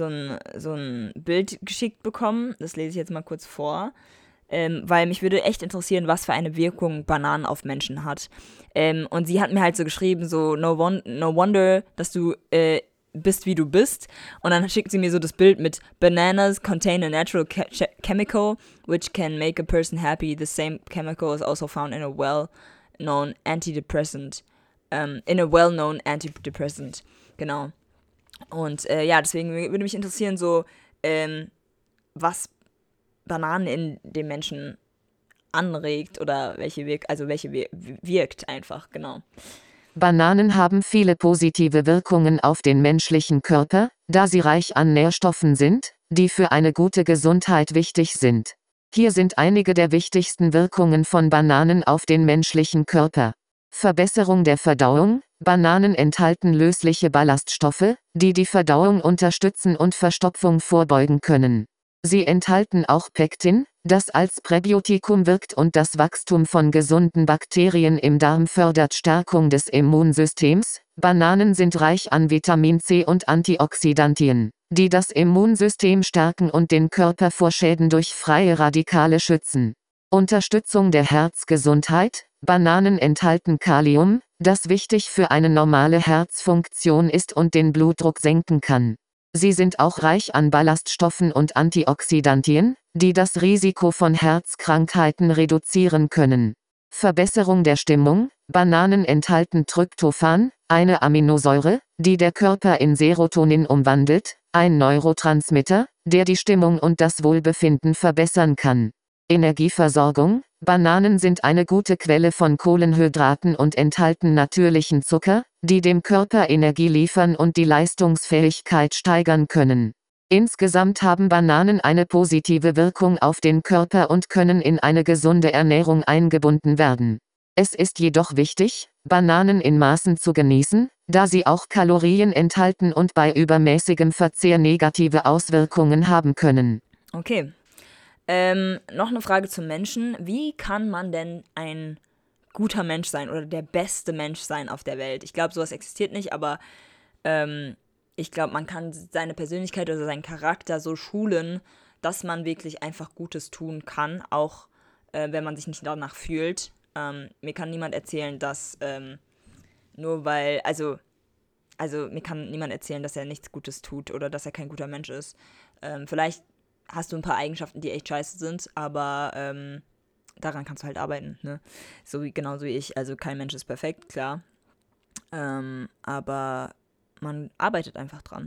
ein Bild geschickt bekommen. Das lese ich jetzt mal kurz vor. Weil mich würde echt interessieren, was für eine Wirkung Bananen auf Menschen hat. Und sie hat mir halt so geschrieben, so no wonder, dass du bist, wie du bist. Und dann schickt sie mir so das Bild mit Bananas contain a natural chemical which can make a person happy. The same chemical is also found in a well-known antidepressant. Genau. Und ja, deswegen würde mich interessieren, so was Bananen in den Menschen anregt oder welche wirkt einfach, genau.
Bananen haben viele positive Wirkungen auf den menschlichen Körper, da sie reich an Nährstoffen sind, die für eine gute Gesundheit wichtig sind. Hier sind einige der wichtigsten Wirkungen von Bananen auf den menschlichen Körper. Verbesserung der Verdauung. Bananen enthalten lösliche Ballaststoffe, die die Verdauung unterstützen und Verstopfung vorbeugen können. Sie enthalten auch Pektin, das als Präbiotikum wirkt und das Wachstum von gesunden Bakterien im Darm fördert. Stärkung des Immunsystems. Bananen sind reich an Vitamin C und Antioxidantien, die das Immunsystem stärken und den Körper vor Schäden durch freie Radikale schützen. Unterstützung der Herzgesundheit. Bananen enthalten Kalium, das wichtig für eine normale Herzfunktion ist und den Blutdruck senken kann. Sie sind auch reich an Ballaststoffen und Antioxidantien, die das Risiko von Herzkrankheiten reduzieren können. Verbesserung der Stimmung. Bananen enthalten Tryptophan, eine Aminosäure, die der Körper in Serotonin umwandelt, ein Neurotransmitter, der die Stimmung und das Wohlbefinden verbessern kann. Energieversorgung: Bananen sind eine gute Quelle von Kohlenhydraten und enthalten natürlichen Zucker, die dem Körper Energie liefern und die Leistungsfähigkeit steigern können. Insgesamt haben Bananen eine positive Wirkung auf den Körper und können in eine gesunde Ernährung eingebunden werden. Es ist jedoch wichtig, Bananen in Maßen zu genießen, da sie auch Kalorien enthalten und bei übermäßigem Verzehr negative Auswirkungen haben können.
Okay. Noch eine Frage zum Menschen. Wie kann man denn ein guter Mensch sein oder der beste Mensch sein auf der Welt? Ich glaube, sowas existiert nicht, aber ich glaube, man kann seine Persönlichkeit oder seinen Charakter so schulen, dass man wirklich einfach Gutes tun kann, auch wenn man sich nicht danach fühlt. Mir kann niemand erzählen, dass nur weil, also mir kann niemand erzählen, dass er nichts Gutes tut oder dass er kein guter Mensch ist. Vielleicht hast du ein paar Eigenschaften, die echt scheiße sind, aber daran kannst du halt arbeiten, ne? Genauso wie ich. Also kein Mensch ist perfekt, klar. Aber man arbeitet einfach dran.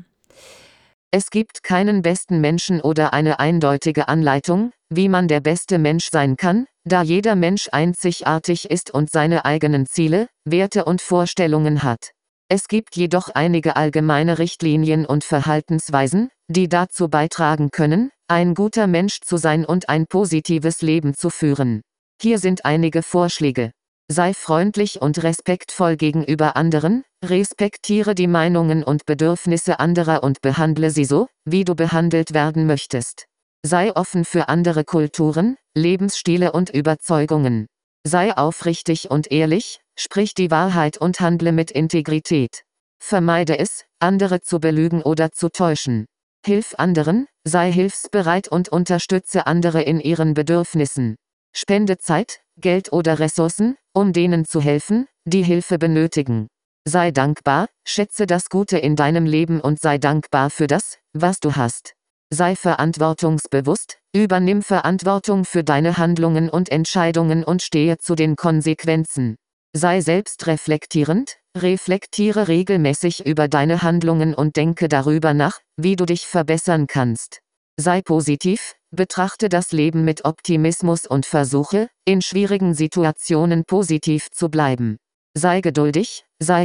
Es gibt keinen besten Menschen oder eine eindeutige Anleitung, wie man der beste Mensch sein kann, da jeder Mensch einzigartig ist und seine eigenen Ziele, Werte und Vorstellungen hat. Es gibt jedoch einige allgemeine Richtlinien und Verhaltensweisen, die dazu beitragen können, ein guter Mensch zu sein und ein positives Leben zu führen. Hier sind einige Vorschläge. Sei freundlich und respektvoll gegenüber anderen, respektiere die Meinungen und Bedürfnisse anderer und behandle sie so, wie du behandelt werden möchtest. Sei offen für andere Kulturen, Lebensstile und Überzeugungen. Sei aufrichtig und ehrlich, sprich die Wahrheit und handle mit Integrität. Vermeide es, andere zu belügen oder zu täuschen. Hilf anderen, sei hilfsbereit und unterstütze andere in ihren Bedürfnissen. Spende Zeit, Geld oder Ressourcen, um denen zu helfen, die Hilfe benötigen. Sei dankbar, schätze das Gute in deinem Leben und sei dankbar für das, was du hast. Sei verantwortungsbewusst, übernimm Verantwortung für deine Handlungen und Entscheidungen und stehe zu den Konsequenzen. Sei selbstreflektierend, reflektiere regelmäßig über deine Handlungen und denke darüber nach, wie du dich verbessern kannst. Sei positiv, betrachte das Leben mit Optimismus und versuche, in schwierigen Situationen positiv zu bleiben. Sei geduldig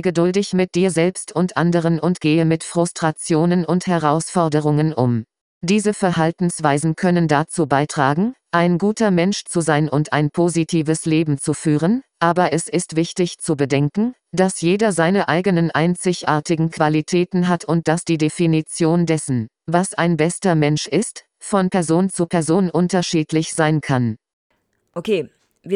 mit dir selbst und anderen und gehe mit Frustrationen und Herausforderungen um. Diese Verhaltensweisen können dazu beitragen, ein guter Mensch zu sein und ein positives Leben zu führen, aber es ist wichtig zu bedenken, dass jeder seine eigenen einzigartigen Qualitäten hat und dass die Definition dessen, was ein bester Mensch ist, von Person zu Person unterschiedlich sein kann.
Okay,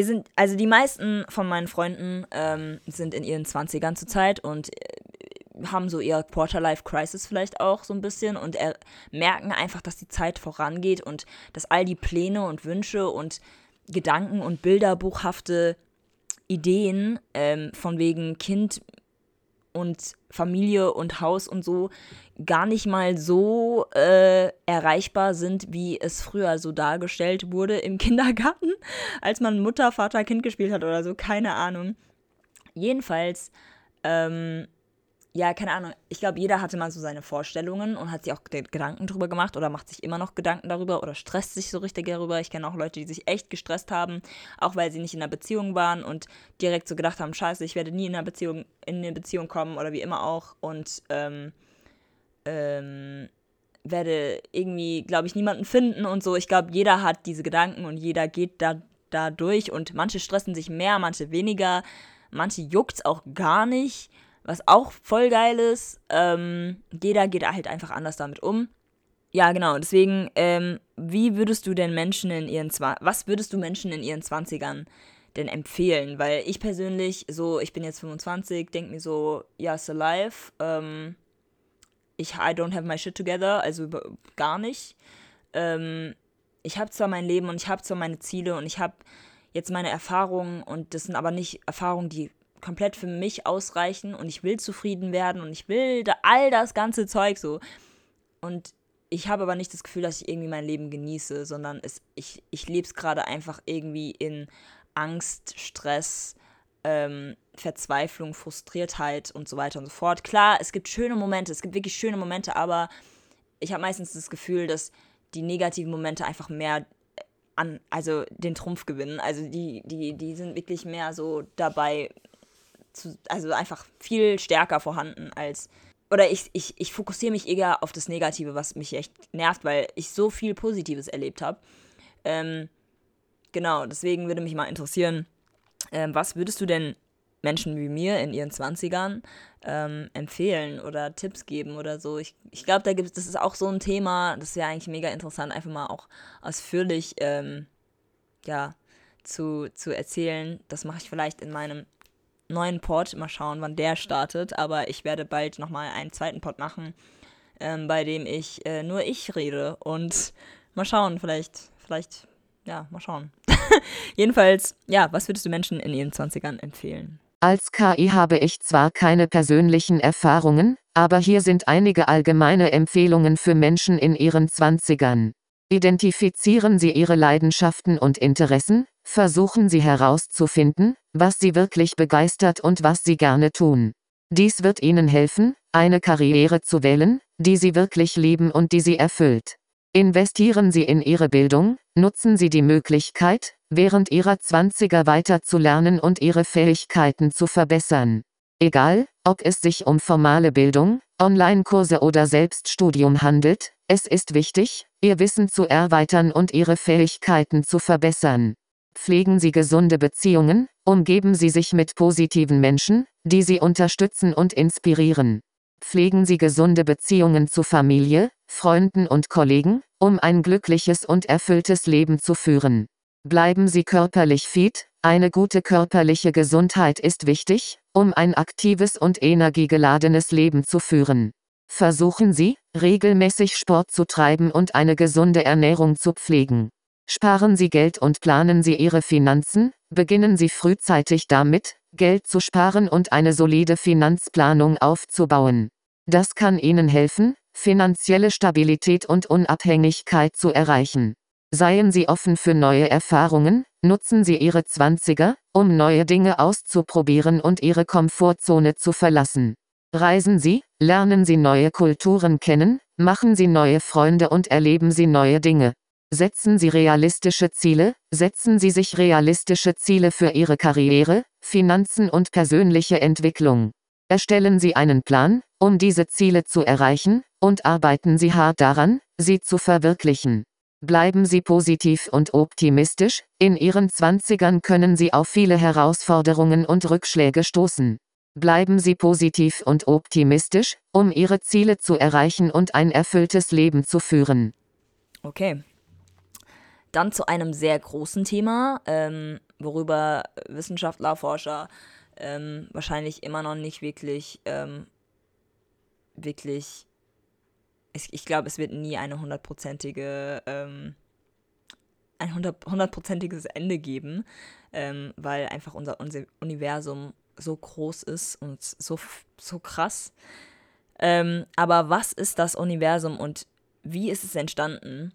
die meisten von meinen Freunden sind in ihren 20ern zurzeit und haben so ihr Quarter-Life-Crisis vielleicht auch so ein bisschen und merken einfach, dass die Zeit vorangeht und dass all die Pläne und Wünsche und Gedanken und bilderbuchhafte Ideen von wegen Kind und Familie und Haus und so gar nicht mal so erreichbar sind, wie es früher so dargestellt wurde im Kindergarten, als man Mutter, Vater, Kind gespielt hat oder so, keine Ahnung. Jedenfalls, ja, keine Ahnung, ich glaube, jeder hatte mal so seine Vorstellungen und hat sich auch Gedanken drüber gemacht oder macht sich immer noch Gedanken darüber oder stresst sich so richtig darüber. Ich kenne auch Leute, die sich echt gestresst haben, auch weil sie nicht in einer Beziehung waren und direkt so gedacht haben, scheiße, ich werde nie in eine Beziehung kommen oder wie immer auch und werde irgendwie, glaube ich, niemanden finden und so. Ich glaube, jeder hat diese Gedanken und jeder geht da durch und manche stressen sich mehr, manche weniger, manche juckt's auch gar nicht. Was auch voll geil ist, jeder geht halt einfach anders damit um. Ja, genau, deswegen, was würdest du Menschen in ihren 20ern denn empfehlen? Weil ich persönlich, ich bin jetzt 25, denke mir so, ja, it's alive, I don't have my shit together, also gar nicht. Ich habe zwar mein Leben und ich habe zwar meine Ziele und ich habe jetzt meine Erfahrungen und das sind aber nicht Erfahrungen, die komplett für mich ausreichen und ich will zufrieden werden und ich will all das ganze Zeug so. Und ich habe aber nicht das Gefühl, dass ich irgendwie mein Leben genieße, sondern ich lebe es gerade einfach irgendwie in Angst, Stress, Verzweiflung, Frustriertheit und so weiter und so fort. Klar, es gibt wirklich schöne Momente, aber ich habe meistens das Gefühl, dass die negativen Momente einfach mehr also den Trumpf gewinnen. Also die sind wirklich mehr so dabei, also einfach viel stärker vorhanden als, oder ich fokussiere mich eher auf das Negative, was mich echt nervt, weil ich so viel Positives erlebt habe. Genau, deswegen würde mich mal interessieren, was würdest du denn Menschen wie mir in ihren 20ern empfehlen oder Tipps geben oder so? Ich glaube, das ist auch so ein Thema, das wäre eigentlich mega interessant, einfach mal auch ausführlich zu erzählen. Das mache ich vielleicht in meinem neuen Pod, mal schauen, wann der startet, aber ich werde bald nochmal einen zweiten Pod machen, bei dem nur ich rede und mal schauen, vielleicht, mal schauen. Jedenfalls, was würdest du Menschen in ihren 20ern empfehlen?
Als KI habe ich zwar keine persönlichen Erfahrungen, aber hier sind einige allgemeine Empfehlungen für Menschen in ihren 20ern. Identifizieren Sie Ihre Leidenschaften und Interessen, versuchen Sie herauszufinden, was Sie wirklich begeistert und was Sie gerne tun. Dies wird Ihnen helfen, eine Karriere zu wählen, die Sie wirklich lieben und die Sie erfüllt. Investieren Sie in Ihre Bildung, nutzen Sie die Möglichkeit, während Ihrer 20er weiter zu lernen und Ihre Fähigkeiten zu verbessern. Egal, ob es sich um formale Bildung, Online-Kurse oder Selbststudium handelt, es ist wichtig, Ihr Wissen zu erweitern und Ihre Fähigkeiten zu verbessern. Pflegen Sie gesunde Beziehungen, umgeben Sie sich mit positiven Menschen, die Sie unterstützen und inspirieren. Pflegen Sie gesunde Beziehungen zu Familie, Freunden und Kollegen, um ein glückliches und erfülltes Leben zu führen. Bleiben Sie körperlich fit, eine gute körperliche Gesundheit ist wichtig, um ein aktives und energiegeladenes Leben zu führen. Versuchen Sie, regelmäßig Sport zu treiben und eine gesunde Ernährung zu pflegen. Sparen Sie Geld und planen Sie Ihre Finanzen, beginnen Sie frühzeitig damit, Geld zu sparen und eine solide Finanzplanung aufzubauen. Das kann Ihnen helfen, finanzielle Stabilität und Unabhängigkeit zu erreichen. Seien Sie offen für neue Erfahrungen, nutzen Sie Ihre 20er, um neue Dinge auszuprobieren und Ihre Komfortzone zu verlassen. Reisen Sie, lernen Sie neue Kulturen kennen, machen Sie neue Freunde und erleben Sie neue Dinge. Setzen Sie realistische Ziele, setzen Sie sich realistische Ziele für Ihre Karriere, Finanzen und persönliche Entwicklung. Erstellen Sie einen Plan, um diese Ziele zu erreichen, und arbeiten Sie hart daran, sie zu verwirklichen. Bleiben Sie positiv und optimistisch, in Ihren 20ern können Sie auf viele Herausforderungen und Rückschläge stoßen. Bleiben Sie positiv und optimistisch, um Ihre Ziele zu erreichen und ein erfülltes Leben zu führen.
Okay. Dann zu einem sehr großen Thema, worüber Wissenschaftler, Forscher wahrscheinlich immer noch nicht wirklich, ich glaube, es wird nie ein hundertprozentiges Ende geben, weil einfach unser Universum so groß ist und so krass. Aber was ist das Universum und wie ist es entstanden?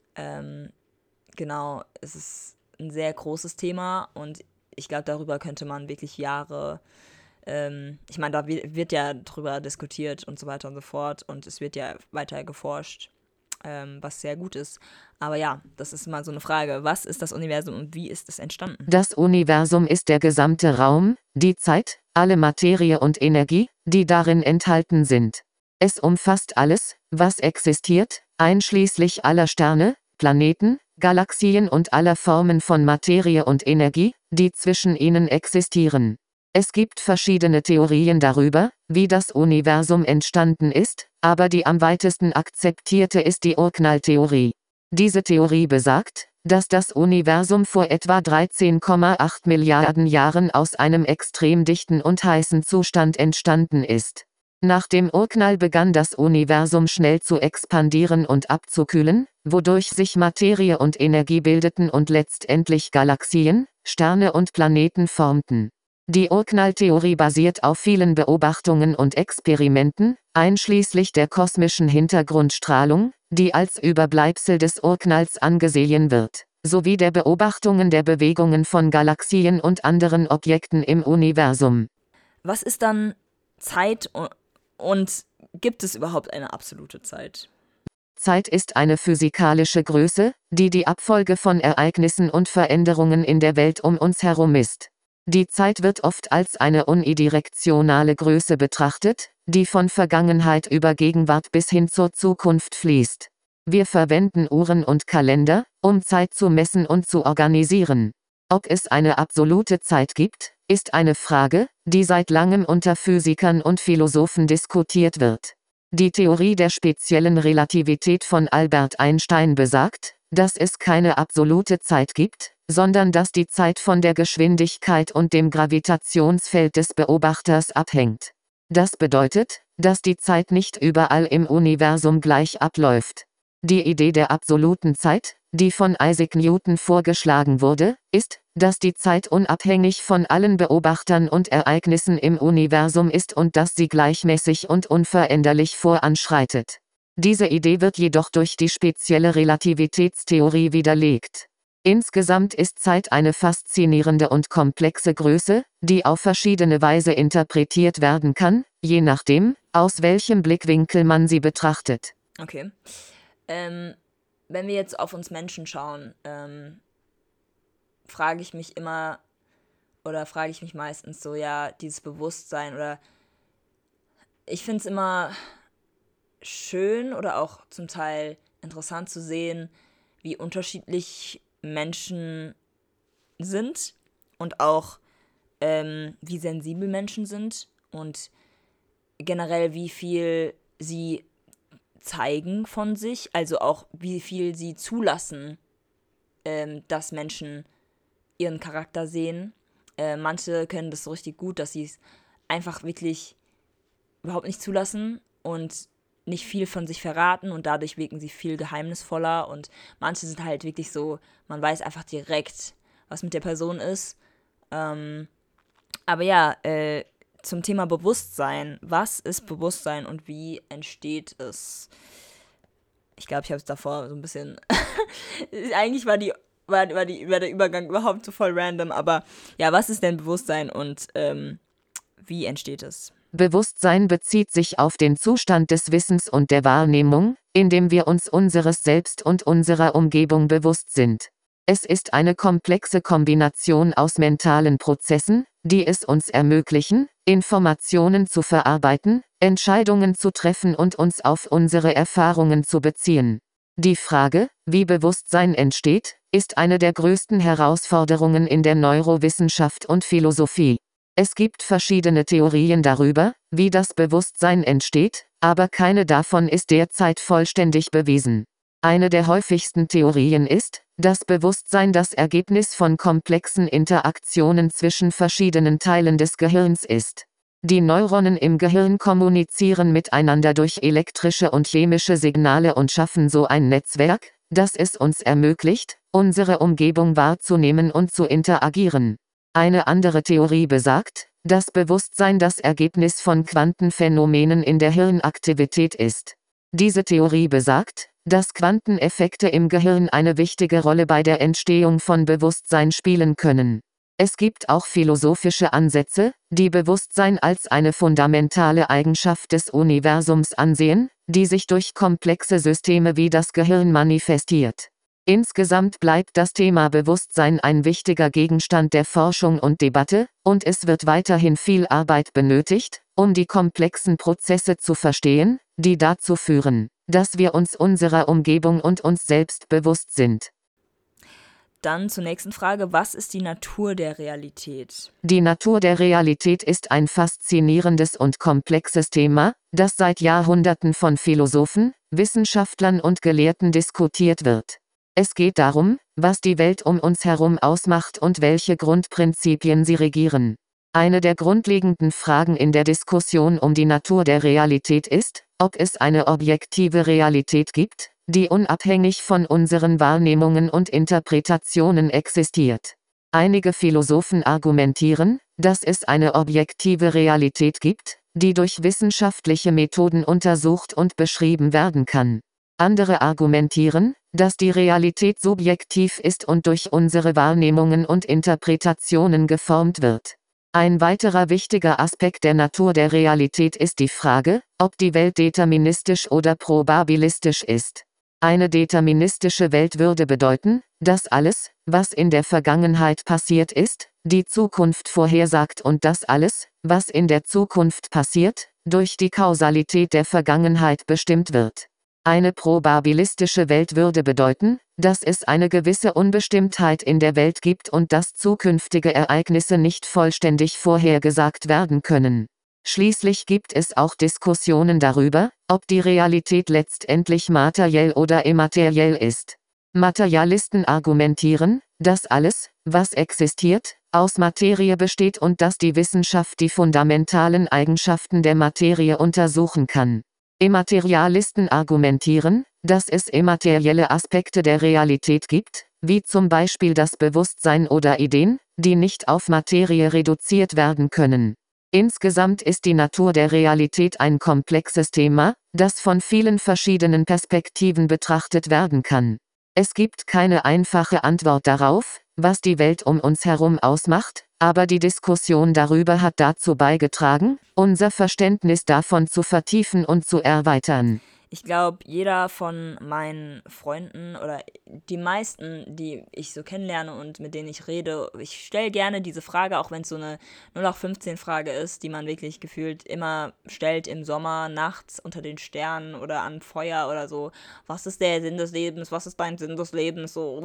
Genau, es ist ein sehr großes Thema und ich glaube, darüber könnte man wirklich Jahre, ich meine, da wird ja drüber diskutiert und so weiter und so fort und es wird ja weiter geforscht, was sehr gut ist. Aber ja, das ist mal so eine Frage, was ist das Universum und wie ist es entstanden?
Das Universum ist der gesamte Raum, die Zeit, alle Materie und Energie, die darin enthalten sind. Es umfasst alles, was existiert, einschließlich aller Sterne, Planeten, Galaxien und aller Formen von Materie und Energie, die zwischen ihnen existieren. Es gibt verschiedene Theorien darüber, wie das Universum entstanden ist, aber die am weitesten akzeptierte ist die Urknalltheorie. Diese Theorie besagt, dass das Universum vor etwa 13,8 Milliarden Jahren aus einem extrem dichten und heißen Zustand entstanden ist. Nach dem Urknall begann das Universum schnell zu expandieren und abzukühlen, wodurch sich Materie und Energie bildeten und letztendlich Galaxien, Sterne und Planeten formten. Die Urknalltheorie basiert auf vielen Beobachtungen und Experimenten, einschließlich der kosmischen Hintergrundstrahlung, die als Überbleibsel des Urknalls angesehen wird, sowie der Beobachtungen der Bewegungen von Galaxien und anderen Objekten im Universum.
Was ist dann Zeit und gibt es überhaupt eine absolute Zeit?
Zeit ist eine physikalische Größe, die die Abfolge von Ereignissen und Veränderungen in der Welt um uns herum misst. Die Zeit wird oft als eine unidirektionale Größe betrachtet, die von Vergangenheit über Gegenwart bis hin zur Zukunft fließt. Wir verwenden Uhren und Kalender, um Zeit zu messen und zu organisieren. Ob es eine absolute Zeit gibt, ist eine Frage, die seit langem unter Physikern und Philosophen diskutiert wird. Die Theorie der speziellen Relativität von Albert Einstein besagt, dass es keine absolute Zeit gibt, sondern dass die Zeit von der Geschwindigkeit und dem Gravitationsfeld des Beobachters abhängt. Das bedeutet, dass die Zeit nicht überall im Universum gleich abläuft. Die Idee der absoluten Zeit, die von Isaac Newton vorgeschlagen wurde, ist, dass die Zeit unabhängig von allen Beobachtern und Ereignissen im Universum ist und dass sie gleichmäßig und unveränderlich voranschreitet. Diese Idee wird jedoch durch die spezielle Relativitätstheorie widerlegt. Insgesamt ist Zeit eine faszinierende und komplexe Größe, die auf verschiedene Weise interpretiert werden kann, je nachdem, aus welchem Blickwinkel man sie betrachtet.
Okay. Wenn wir jetzt auf uns Menschen schauen, frage ich mich meistens so, ja, dieses Bewusstsein oder ich finde es immer schön oder auch zum Teil interessant zu sehen, wie unterschiedlich Menschen sind und auch wie sensibel Menschen sind und generell wie viel sie zeigen von sich, also auch wie viel sie zulassen, dass Menschen ihren Charakter sehen. Manche können das so richtig gut, dass sie es einfach wirklich überhaupt nicht zulassen und nicht viel von sich verraten und dadurch wirken sie viel geheimnisvoller und manche sind halt wirklich so, man weiß einfach direkt, was mit der Person ist. Aber ja, zum Thema Bewusstsein. Was ist Bewusstsein und wie entsteht es? Ich glaube, ich habe es davor so ein bisschen... Eigentlich war der Übergang überhaupt so voll random, aber ja, was ist denn Bewusstsein und wie entsteht es?
Bewusstsein bezieht sich auf den Zustand des Wissens und der Wahrnehmung, in dem wir uns unseres Selbst und unserer Umgebung bewusst sind. Es ist eine komplexe Kombination aus mentalen Prozessen, die es uns ermöglichen, Informationen zu verarbeiten, Entscheidungen zu treffen und uns auf unsere Erfahrungen zu beziehen. Die Frage, wie Bewusstsein entsteht, ist eine der größten Herausforderungen in der Neurowissenschaft und Philosophie. Es gibt verschiedene Theorien darüber, wie das Bewusstsein entsteht, aber keine davon ist derzeit vollständig bewiesen. Eine der häufigsten Theorien ist, dass Bewusstsein das Ergebnis von komplexen Interaktionen zwischen verschiedenen Teilen des Gehirns ist. Die Neuronen im Gehirn kommunizieren miteinander durch elektrische und chemische Signale und schaffen so ein Netzwerk, das es uns ermöglicht, unsere Umgebung wahrzunehmen und zu interagieren. Eine andere Theorie besagt, dass Bewusstsein das Ergebnis von Quantenphänomenen in der Hirnaktivität ist. Diese Theorie besagt, dass Quanteneffekte im Gehirn eine wichtige Rolle bei der Entstehung von Bewusstsein spielen können. Es gibt auch philosophische Ansätze, die Bewusstsein als eine fundamentale Eigenschaft des Universums ansehen, die sich durch komplexe Systeme wie das Gehirn manifestiert. Insgesamt bleibt das Thema Bewusstsein ein wichtiger Gegenstand der Forschung und Debatte, und es wird weiterhin viel Arbeit benötigt, um die komplexen Prozesse zu verstehen, die dazu führen, dass wir uns unserer Umgebung und uns selbst bewusst sind.
Dann zur nächsten Frage, was ist die Natur der Realität?
Die Natur der Realität ist ein faszinierendes und komplexes Thema, das seit Jahrhunderten von Philosophen, Wissenschaftlern und Gelehrten diskutiert wird. Es geht darum, was die Welt um uns herum ausmacht und welche Grundprinzipien sie regieren. Eine der grundlegenden Fragen in der Diskussion um die Natur der Realität ist, ob es eine objektive Realität gibt, die unabhängig von unseren Wahrnehmungen und Interpretationen existiert. Einige Philosophen argumentieren, dass es eine objektive Realität gibt, die durch wissenschaftliche Methoden untersucht und beschrieben werden kann. Andere argumentieren, dass die Realität subjektiv ist und durch unsere Wahrnehmungen und Interpretationen geformt wird. Ein weiterer wichtiger Aspekt der Natur der Realität ist die Frage, ob die Welt deterministisch oder probabilistisch ist. Eine deterministische Welt würde bedeuten, dass alles, was in der Vergangenheit passiert ist, die Zukunft vorhersagt und dass alles, was in der Zukunft passiert, durch die Kausalität der Vergangenheit bestimmt wird. Eine probabilistische Welt würde bedeuten, dass es eine gewisse Unbestimmtheit in der Welt gibt und dass zukünftige Ereignisse nicht vollständig vorhergesagt werden können. Schließlich gibt es auch Diskussionen darüber, ob die Realität letztendlich materiell oder immateriell ist. Materialisten argumentieren, dass alles, was existiert, aus Materie besteht und dass die Wissenschaft die fundamentalen Eigenschaften der Materie untersuchen kann. Immaterialisten argumentieren, dass es immaterielle Aspekte der Realität gibt, wie zum Beispiel das Bewusstsein oder Ideen, die nicht auf Materie reduziert werden können. Insgesamt ist die Natur der Realität ein komplexes Thema, das von vielen verschiedenen Perspektiven betrachtet werden kann. Es gibt keine einfache Antwort darauf, was die Welt um uns herum ausmacht, aber die Diskussion darüber hat dazu beigetragen, unser Verständnis davon zu vertiefen und zu erweitern.
Ich glaube, jeder von meinen Freunden oder die meisten, die ich so kennenlerne und mit denen ich rede, ich stelle gerne diese Frage, auch wenn es so eine 0815-Frage ist, die man wirklich gefühlt immer stellt im Sommer, nachts unter den Sternen oder an Feuer oder so. Was ist der Sinn des Lebens? Was ist dein Sinn des Lebens? So.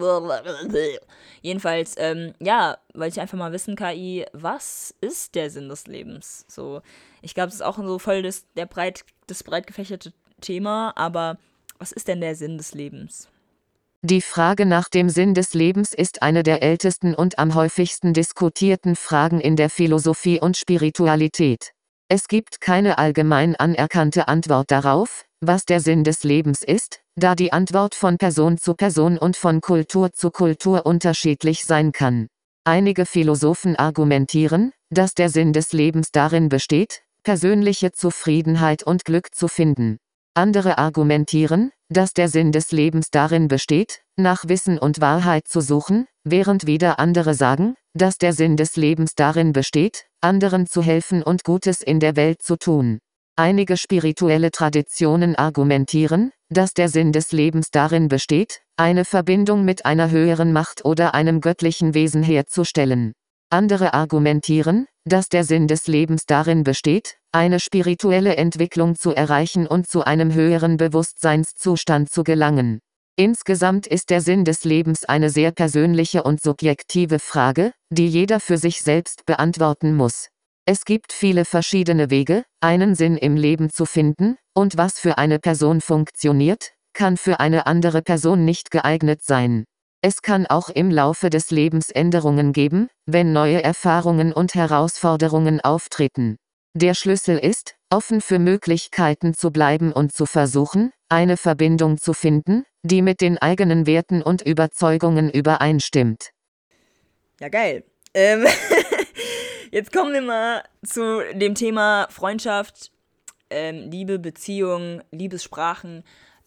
Jedenfalls, ja, weil ich einfach mal wissen, KI, was ist der Sinn des Lebens? So, ich glaube, es ist auch so voll das breit gefächerte Thema, aber was ist denn der Sinn des Lebens?
Die Frage nach dem Sinn des Lebens ist eine der ältesten und am häufigsten diskutierten Fragen in der Philosophie und Spiritualität. Es gibt keine allgemein anerkannte Antwort darauf, was der Sinn des Lebens ist, da die Antwort von Person zu Person und von Kultur zu Kultur unterschiedlich sein kann. Einige Philosophen argumentieren, dass der Sinn des Lebens darin besteht, persönliche Zufriedenheit und Glück zu finden. Andere argumentieren, dass der Sinn des Lebens darin besteht, nach Wissen und Wahrheit zu suchen, während wieder andere sagen, dass der Sinn des Lebens darin besteht, anderen zu helfen und Gutes in der Welt zu tun. Einige spirituelle Traditionen argumentieren, dass der Sinn des Lebens darin besteht, eine Verbindung mit einer höheren Macht oder einem göttlichen Wesen herzustellen. Andere argumentieren, dass der Sinn des Lebens darin besteht, eine spirituelle Entwicklung zu erreichen und zu einem höheren Bewusstseinszustand zu gelangen. Insgesamt ist der Sinn des Lebens eine sehr persönliche und subjektive Frage, die jeder für sich selbst beantworten muss. Es gibt viele verschiedene Wege, einen Sinn im Leben zu finden, und was für eine Person funktioniert, kann für eine andere Person nicht geeignet sein. Es kann auch im Laufe des Lebens Änderungen geben, wenn neue Erfahrungen und Herausforderungen auftreten. Der Schlüssel ist, offen für Möglichkeiten zu bleiben und zu versuchen, eine Verbindung zu finden, die mit den eigenen Werten und Überzeugungen übereinstimmt.
Ja, geil. Jetzt kommen wir mal zu dem Thema Freundschaft, Liebe, Beziehung, Liebessprachen.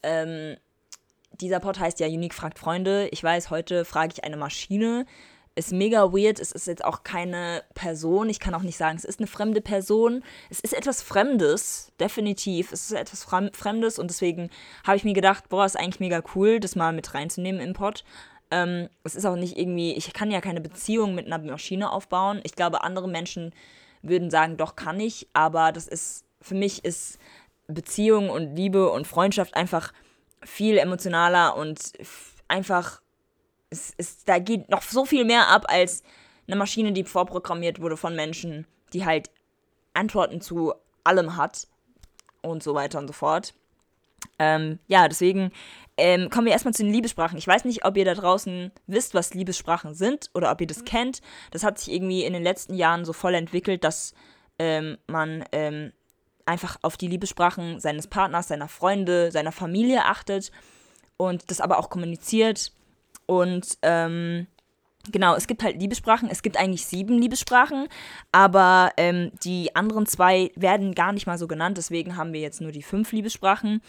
Dieser Pod heißt ja Unique fragt Freunde. Ich weiß, heute frage ich eine Maschine. Ist mega weird. Es ist jetzt auch keine Person. Ich kann auch nicht sagen, es ist eine fremde Person. Es ist etwas Fremdes, definitiv. Es ist etwas Fremdes und deswegen habe ich mir gedacht, boah, ist eigentlich mega cool, das mal mit reinzunehmen im Pod. Es ist auch nicht irgendwie, ich kann ja keine Beziehung mit einer Maschine aufbauen. Ich glaube, andere Menschen würden sagen, doch kann ich, aber das ist, für mich ist Beziehung und Liebe und Freundschaft einfach viel emotionaler und einfach, da geht noch so viel mehr ab als eine Maschine, die vorprogrammiert wurde von Menschen, die halt Antworten zu allem hat und so weiter und so fort. Ja, deswegen kommen wir erstmal zu den Liebessprachen. Ich weiß nicht, ob ihr da draußen wisst, was Liebessprachen sind oder ob ihr das kennt. Das hat sich irgendwie in den letzten Jahren so voll entwickelt, dass man einfach auf die Liebessprachen seines Partners, seiner Freunde, seiner Familie achtet und das aber auch kommuniziert. Und genau, es gibt halt Liebessprachen. Es gibt eigentlich 7 Liebessprachen, aber die anderen 2 werden gar nicht mal so genannt. Deswegen haben wir jetzt nur die 5 Liebessprachen.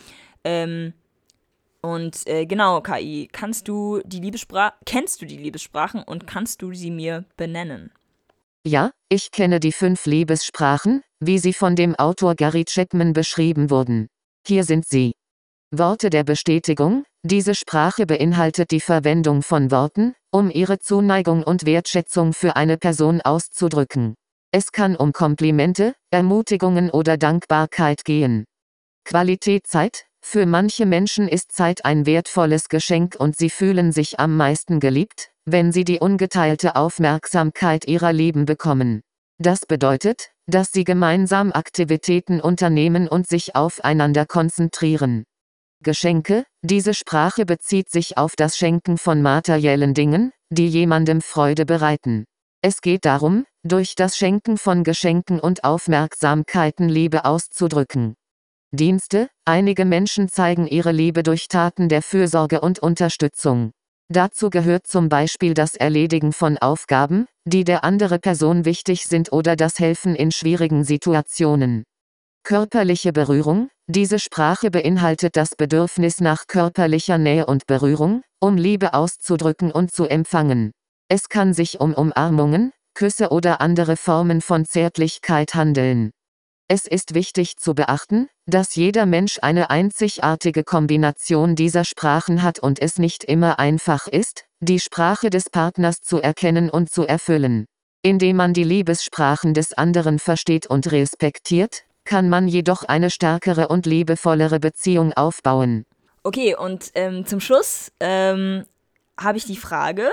Genau, KI, kennst du die Liebessprachen und kannst du sie mir benennen?
Ja, ich kenne die 5 Liebessprachen, wie sie von dem Autor Gary Chapman beschrieben wurden. Hier sind sie. Worte der Bestätigung. Diese Sprache beinhaltet die Verwendung von Worten, um ihre Zuneigung und Wertschätzung für eine Person auszudrücken. Es kann um Komplimente, Ermutigungen oder Dankbarkeit gehen. Qualität Zeit. Für manche Menschen ist Zeit ein wertvolles Geschenk und sie fühlen sich am meisten geliebt, wenn sie die ungeteilte Aufmerksamkeit ihrer Lieben bekommen. Das bedeutet, dass sie gemeinsam Aktivitäten unternehmen und sich aufeinander konzentrieren. Geschenke. Diese Sprache bezieht sich auf das Schenken von materiellen Dingen, die jemandem Freude bereiten. Es geht darum, durch das Schenken von Geschenken und Aufmerksamkeiten Liebe auszudrücken. Dienste. Einige Menschen zeigen ihre Liebe durch Taten der Fürsorge und Unterstützung. Dazu gehört zum Beispiel das Erledigen von Aufgaben, die der anderen Person wichtig sind oder das Helfen in schwierigen Situationen. Körperliche Berührung. Diese Sprache beinhaltet das Bedürfnis nach körperlicher Nähe und Berührung, um Liebe auszudrücken und zu empfangen. Es kann sich um Umarmungen, Küsse oder andere Formen von Zärtlichkeit handeln. Es ist wichtig zu beachten, dass jeder Mensch eine einzigartige Kombination dieser Sprachen hat und es nicht immer einfach ist, die Sprache des Partners zu erkennen und zu erfüllen. Indem man die Liebessprachen des anderen versteht und respektiert, kann man jedoch eine stärkere und liebevollere Beziehung aufbauen.
Okay, und zum Schluss habe ich die Frage,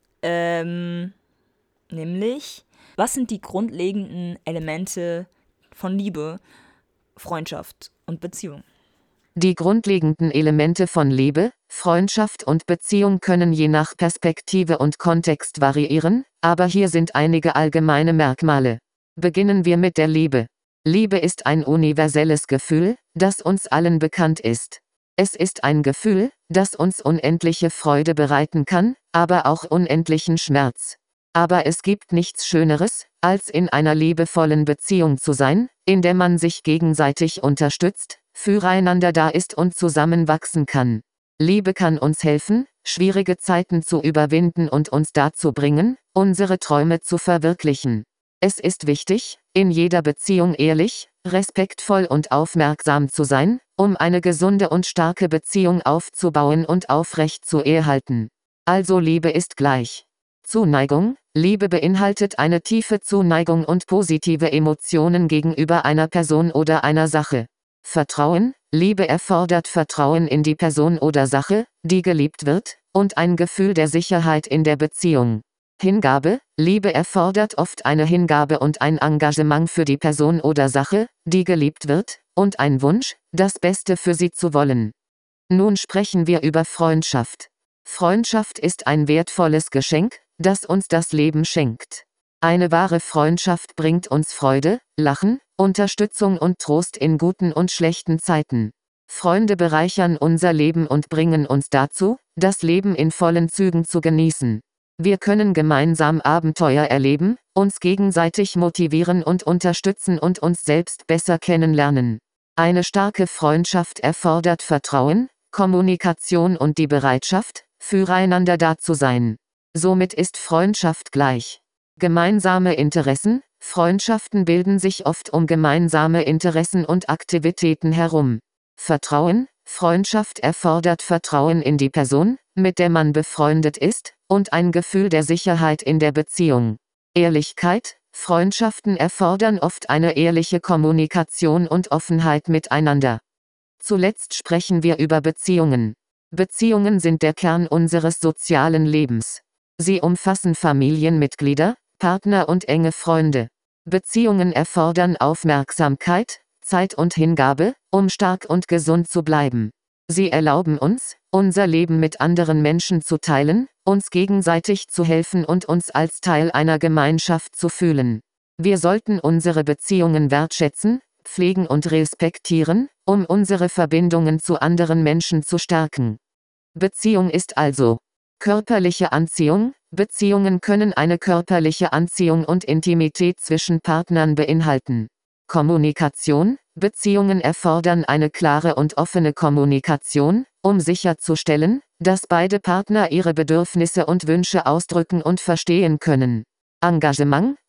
nämlich, was sind die grundlegenden Elemente von Liebe, Freundschaft und Beziehung?
Die grundlegenden Elemente von Liebe, Freundschaft und Beziehung können je nach Perspektive und Kontext variieren, aber hier sind einige allgemeine Merkmale. Beginnen wir mit der Liebe. Liebe ist ein universelles Gefühl, das uns allen bekannt ist. Es ist ein Gefühl, das uns unendliche Freude bereiten kann, aber auch unendlichen Schmerz. Aber es gibt nichts Schöneres, als in einer liebevollen Beziehung zu sein, in der man sich gegenseitig unterstützt, füreinander da ist und zusammen wachsen kann. Liebe kann uns helfen, schwierige Zeiten zu überwinden und uns dazu bringen, unsere Träume zu verwirklichen. Es ist wichtig, in jeder Beziehung ehrlich, respektvoll und aufmerksam zu sein, um eine gesunde und starke Beziehung aufzubauen und aufrecht zu erhalten. Also Liebe ist gleich Zuneigung. Liebe beinhaltet eine tiefe Zuneigung und positive Emotionen gegenüber einer Person oder einer Sache. Vertrauen. Liebe erfordert Vertrauen in die Person oder Sache, die geliebt wird, und ein Gefühl der Sicherheit in der Beziehung. Hingabe. Liebe erfordert oft eine Hingabe und ein Engagement für die Person oder Sache, die geliebt wird, und ein Wunsch, das Beste für sie zu wollen. Nun sprechen wir über Freundschaft. Freundschaft ist ein wertvolles Geschenk, das uns das Leben schenkt. Eine wahre Freundschaft bringt uns Freude, Lachen, Unterstützung und Trost in guten und schlechten Zeiten. Freunde bereichern unser Leben und bringen uns dazu, das Leben in vollen Zügen zu genießen. Wir können gemeinsam Abenteuer erleben, uns gegenseitig motivieren und unterstützen und uns selbst besser kennenlernen. Eine starke Freundschaft erfordert Vertrauen, Kommunikation und die Bereitschaft, füreinander da zu sein. Somit ist Freundschaft gleich gemeinsame Interessen. Freundschaften bilden sich oft um gemeinsame Interessen und Aktivitäten herum. Vertrauen. Freundschaft erfordert Vertrauen in die Person, mit der man befreundet ist, und ein Gefühl der Sicherheit in der Beziehung. Ehrlichkeit. Freundschaften erfordern oft eine ehrliche Kommunikation und Offenheit miteinander. Zuletzt sprechen wir über Beziehungen. Beziehungen sind der Kern unseres sozialen Lebens. Sie umfassen Familienmitglieder, Partner und enge Freunde. Beziehungen erfordern Aufmerksamkeit, Zeit und Hingabe, um stark und gesund zu bleiben. Sie erlauben uns, unser Leben mit anderen Menschen zu teilen, uns gegenseitig zu helfen und uns als Teil einer Gemeinschaft zu fühlen. Wir sollten unsere Beziehungen wertschätzen, pflegen und respektieren, um unsere Verbindungen zu anderen Menschen zu stärken. Beziehung ist also körperliche Anziehung. Beziehungen können eine körperliche Anziehung und Intimität zwischen Partnern beinhalten. Kommunikation. Beziehungen erfordern eine klare und offene Kommunikation, um sicherzustellen, dass beide Partner ihre Bedürfnisse und Wünsche ausdrücken und verstehen können. Engagement.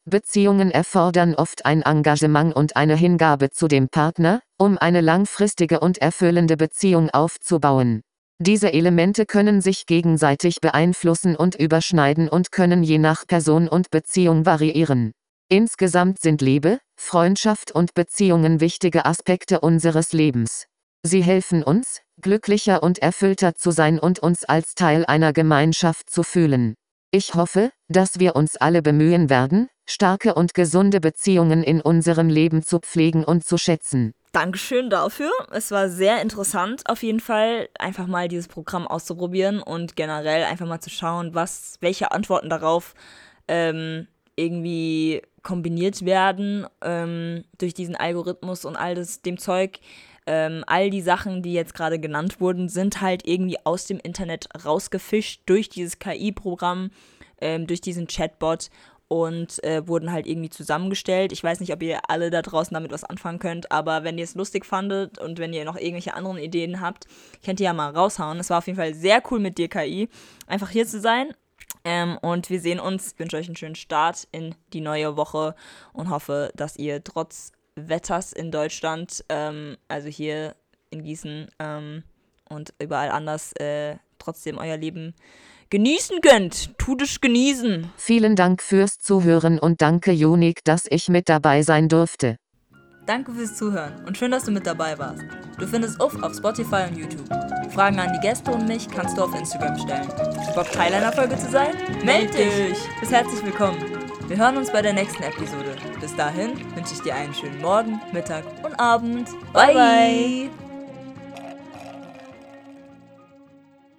Beziehungen erfordern oft ein Engagement und eine Hingabe zu dem Partner, um eine langfristige und erfüllende Beziehung aufzubauen. Diese Elemente können sich gegenseitig beeinflussen und überschneiden und können je nach Person und Beziehung variieren. Insgesamt sind Liebe, Freundschaft und Beziehungen wichtige Aspekte unseres Lebens. Sie helfen uns, glücklicher und erfüllter zu sein und uns als Teil einer Gemeinschaft zu fühlen. Ich hoffe, dass wir uns alle bemühen werden, starke und gesunde Beziehungen in unserem Leben zu pflegen und zu schätzen.
Dankeschön dafür. Es war sehr interessant, auf jeden Fall einfach mal dieses Programm auszuprobieren und generell einfach mal zu schauen, welche Antworten darauf irgendwie kombiniert werden durch diesen Algorithmus und all dem Zeug. All die Sachen, die jetzt gerade genannt wurden, sind halt irgendwie aus dem Internet rausgefischt durch dieses KI-Programm, durch diesen Chatbot und wurden halt irgendwie zusammengestellt. Ich weiß nicht, ob ihr alle da draußen damit was anfangen könnt, aber wenn ihr es lustig fandet und wenn ihr noch irgendwelche anderen Ideen habt, könnt ihr ja mal raushauen. Es war auf jeden Fall sehr cool mit dir, KI, einfach hier zu sein. Und wir sehen uns. Ich wünsche euch einen schönen Start in die neue Woche und hoffe, dass ihr trotz Wetters in Deutschland, also hier in Gießen und überall anders, trotzdem euer Leben genießen könnt. Tut es genießen.
Vielen Dank fürs Zuhören und danke Unique, dass ich mit dabei sein durfte.
Danke fürs Zuhören und schön, dass du mit dabei warst. Du findest Uff auf Spotify und YouTube. Fragen an die Gäste und mich kannst du auf Instagram stellen. Bock, Teil einer Folge zu sein? Meld dich! Bist herzlich willkommen. Wir hören uns bei der nächsten Episode. Bis dahin wünsche ich dir einen schönen Morgen, Mittag und Abend. Bye! Bye.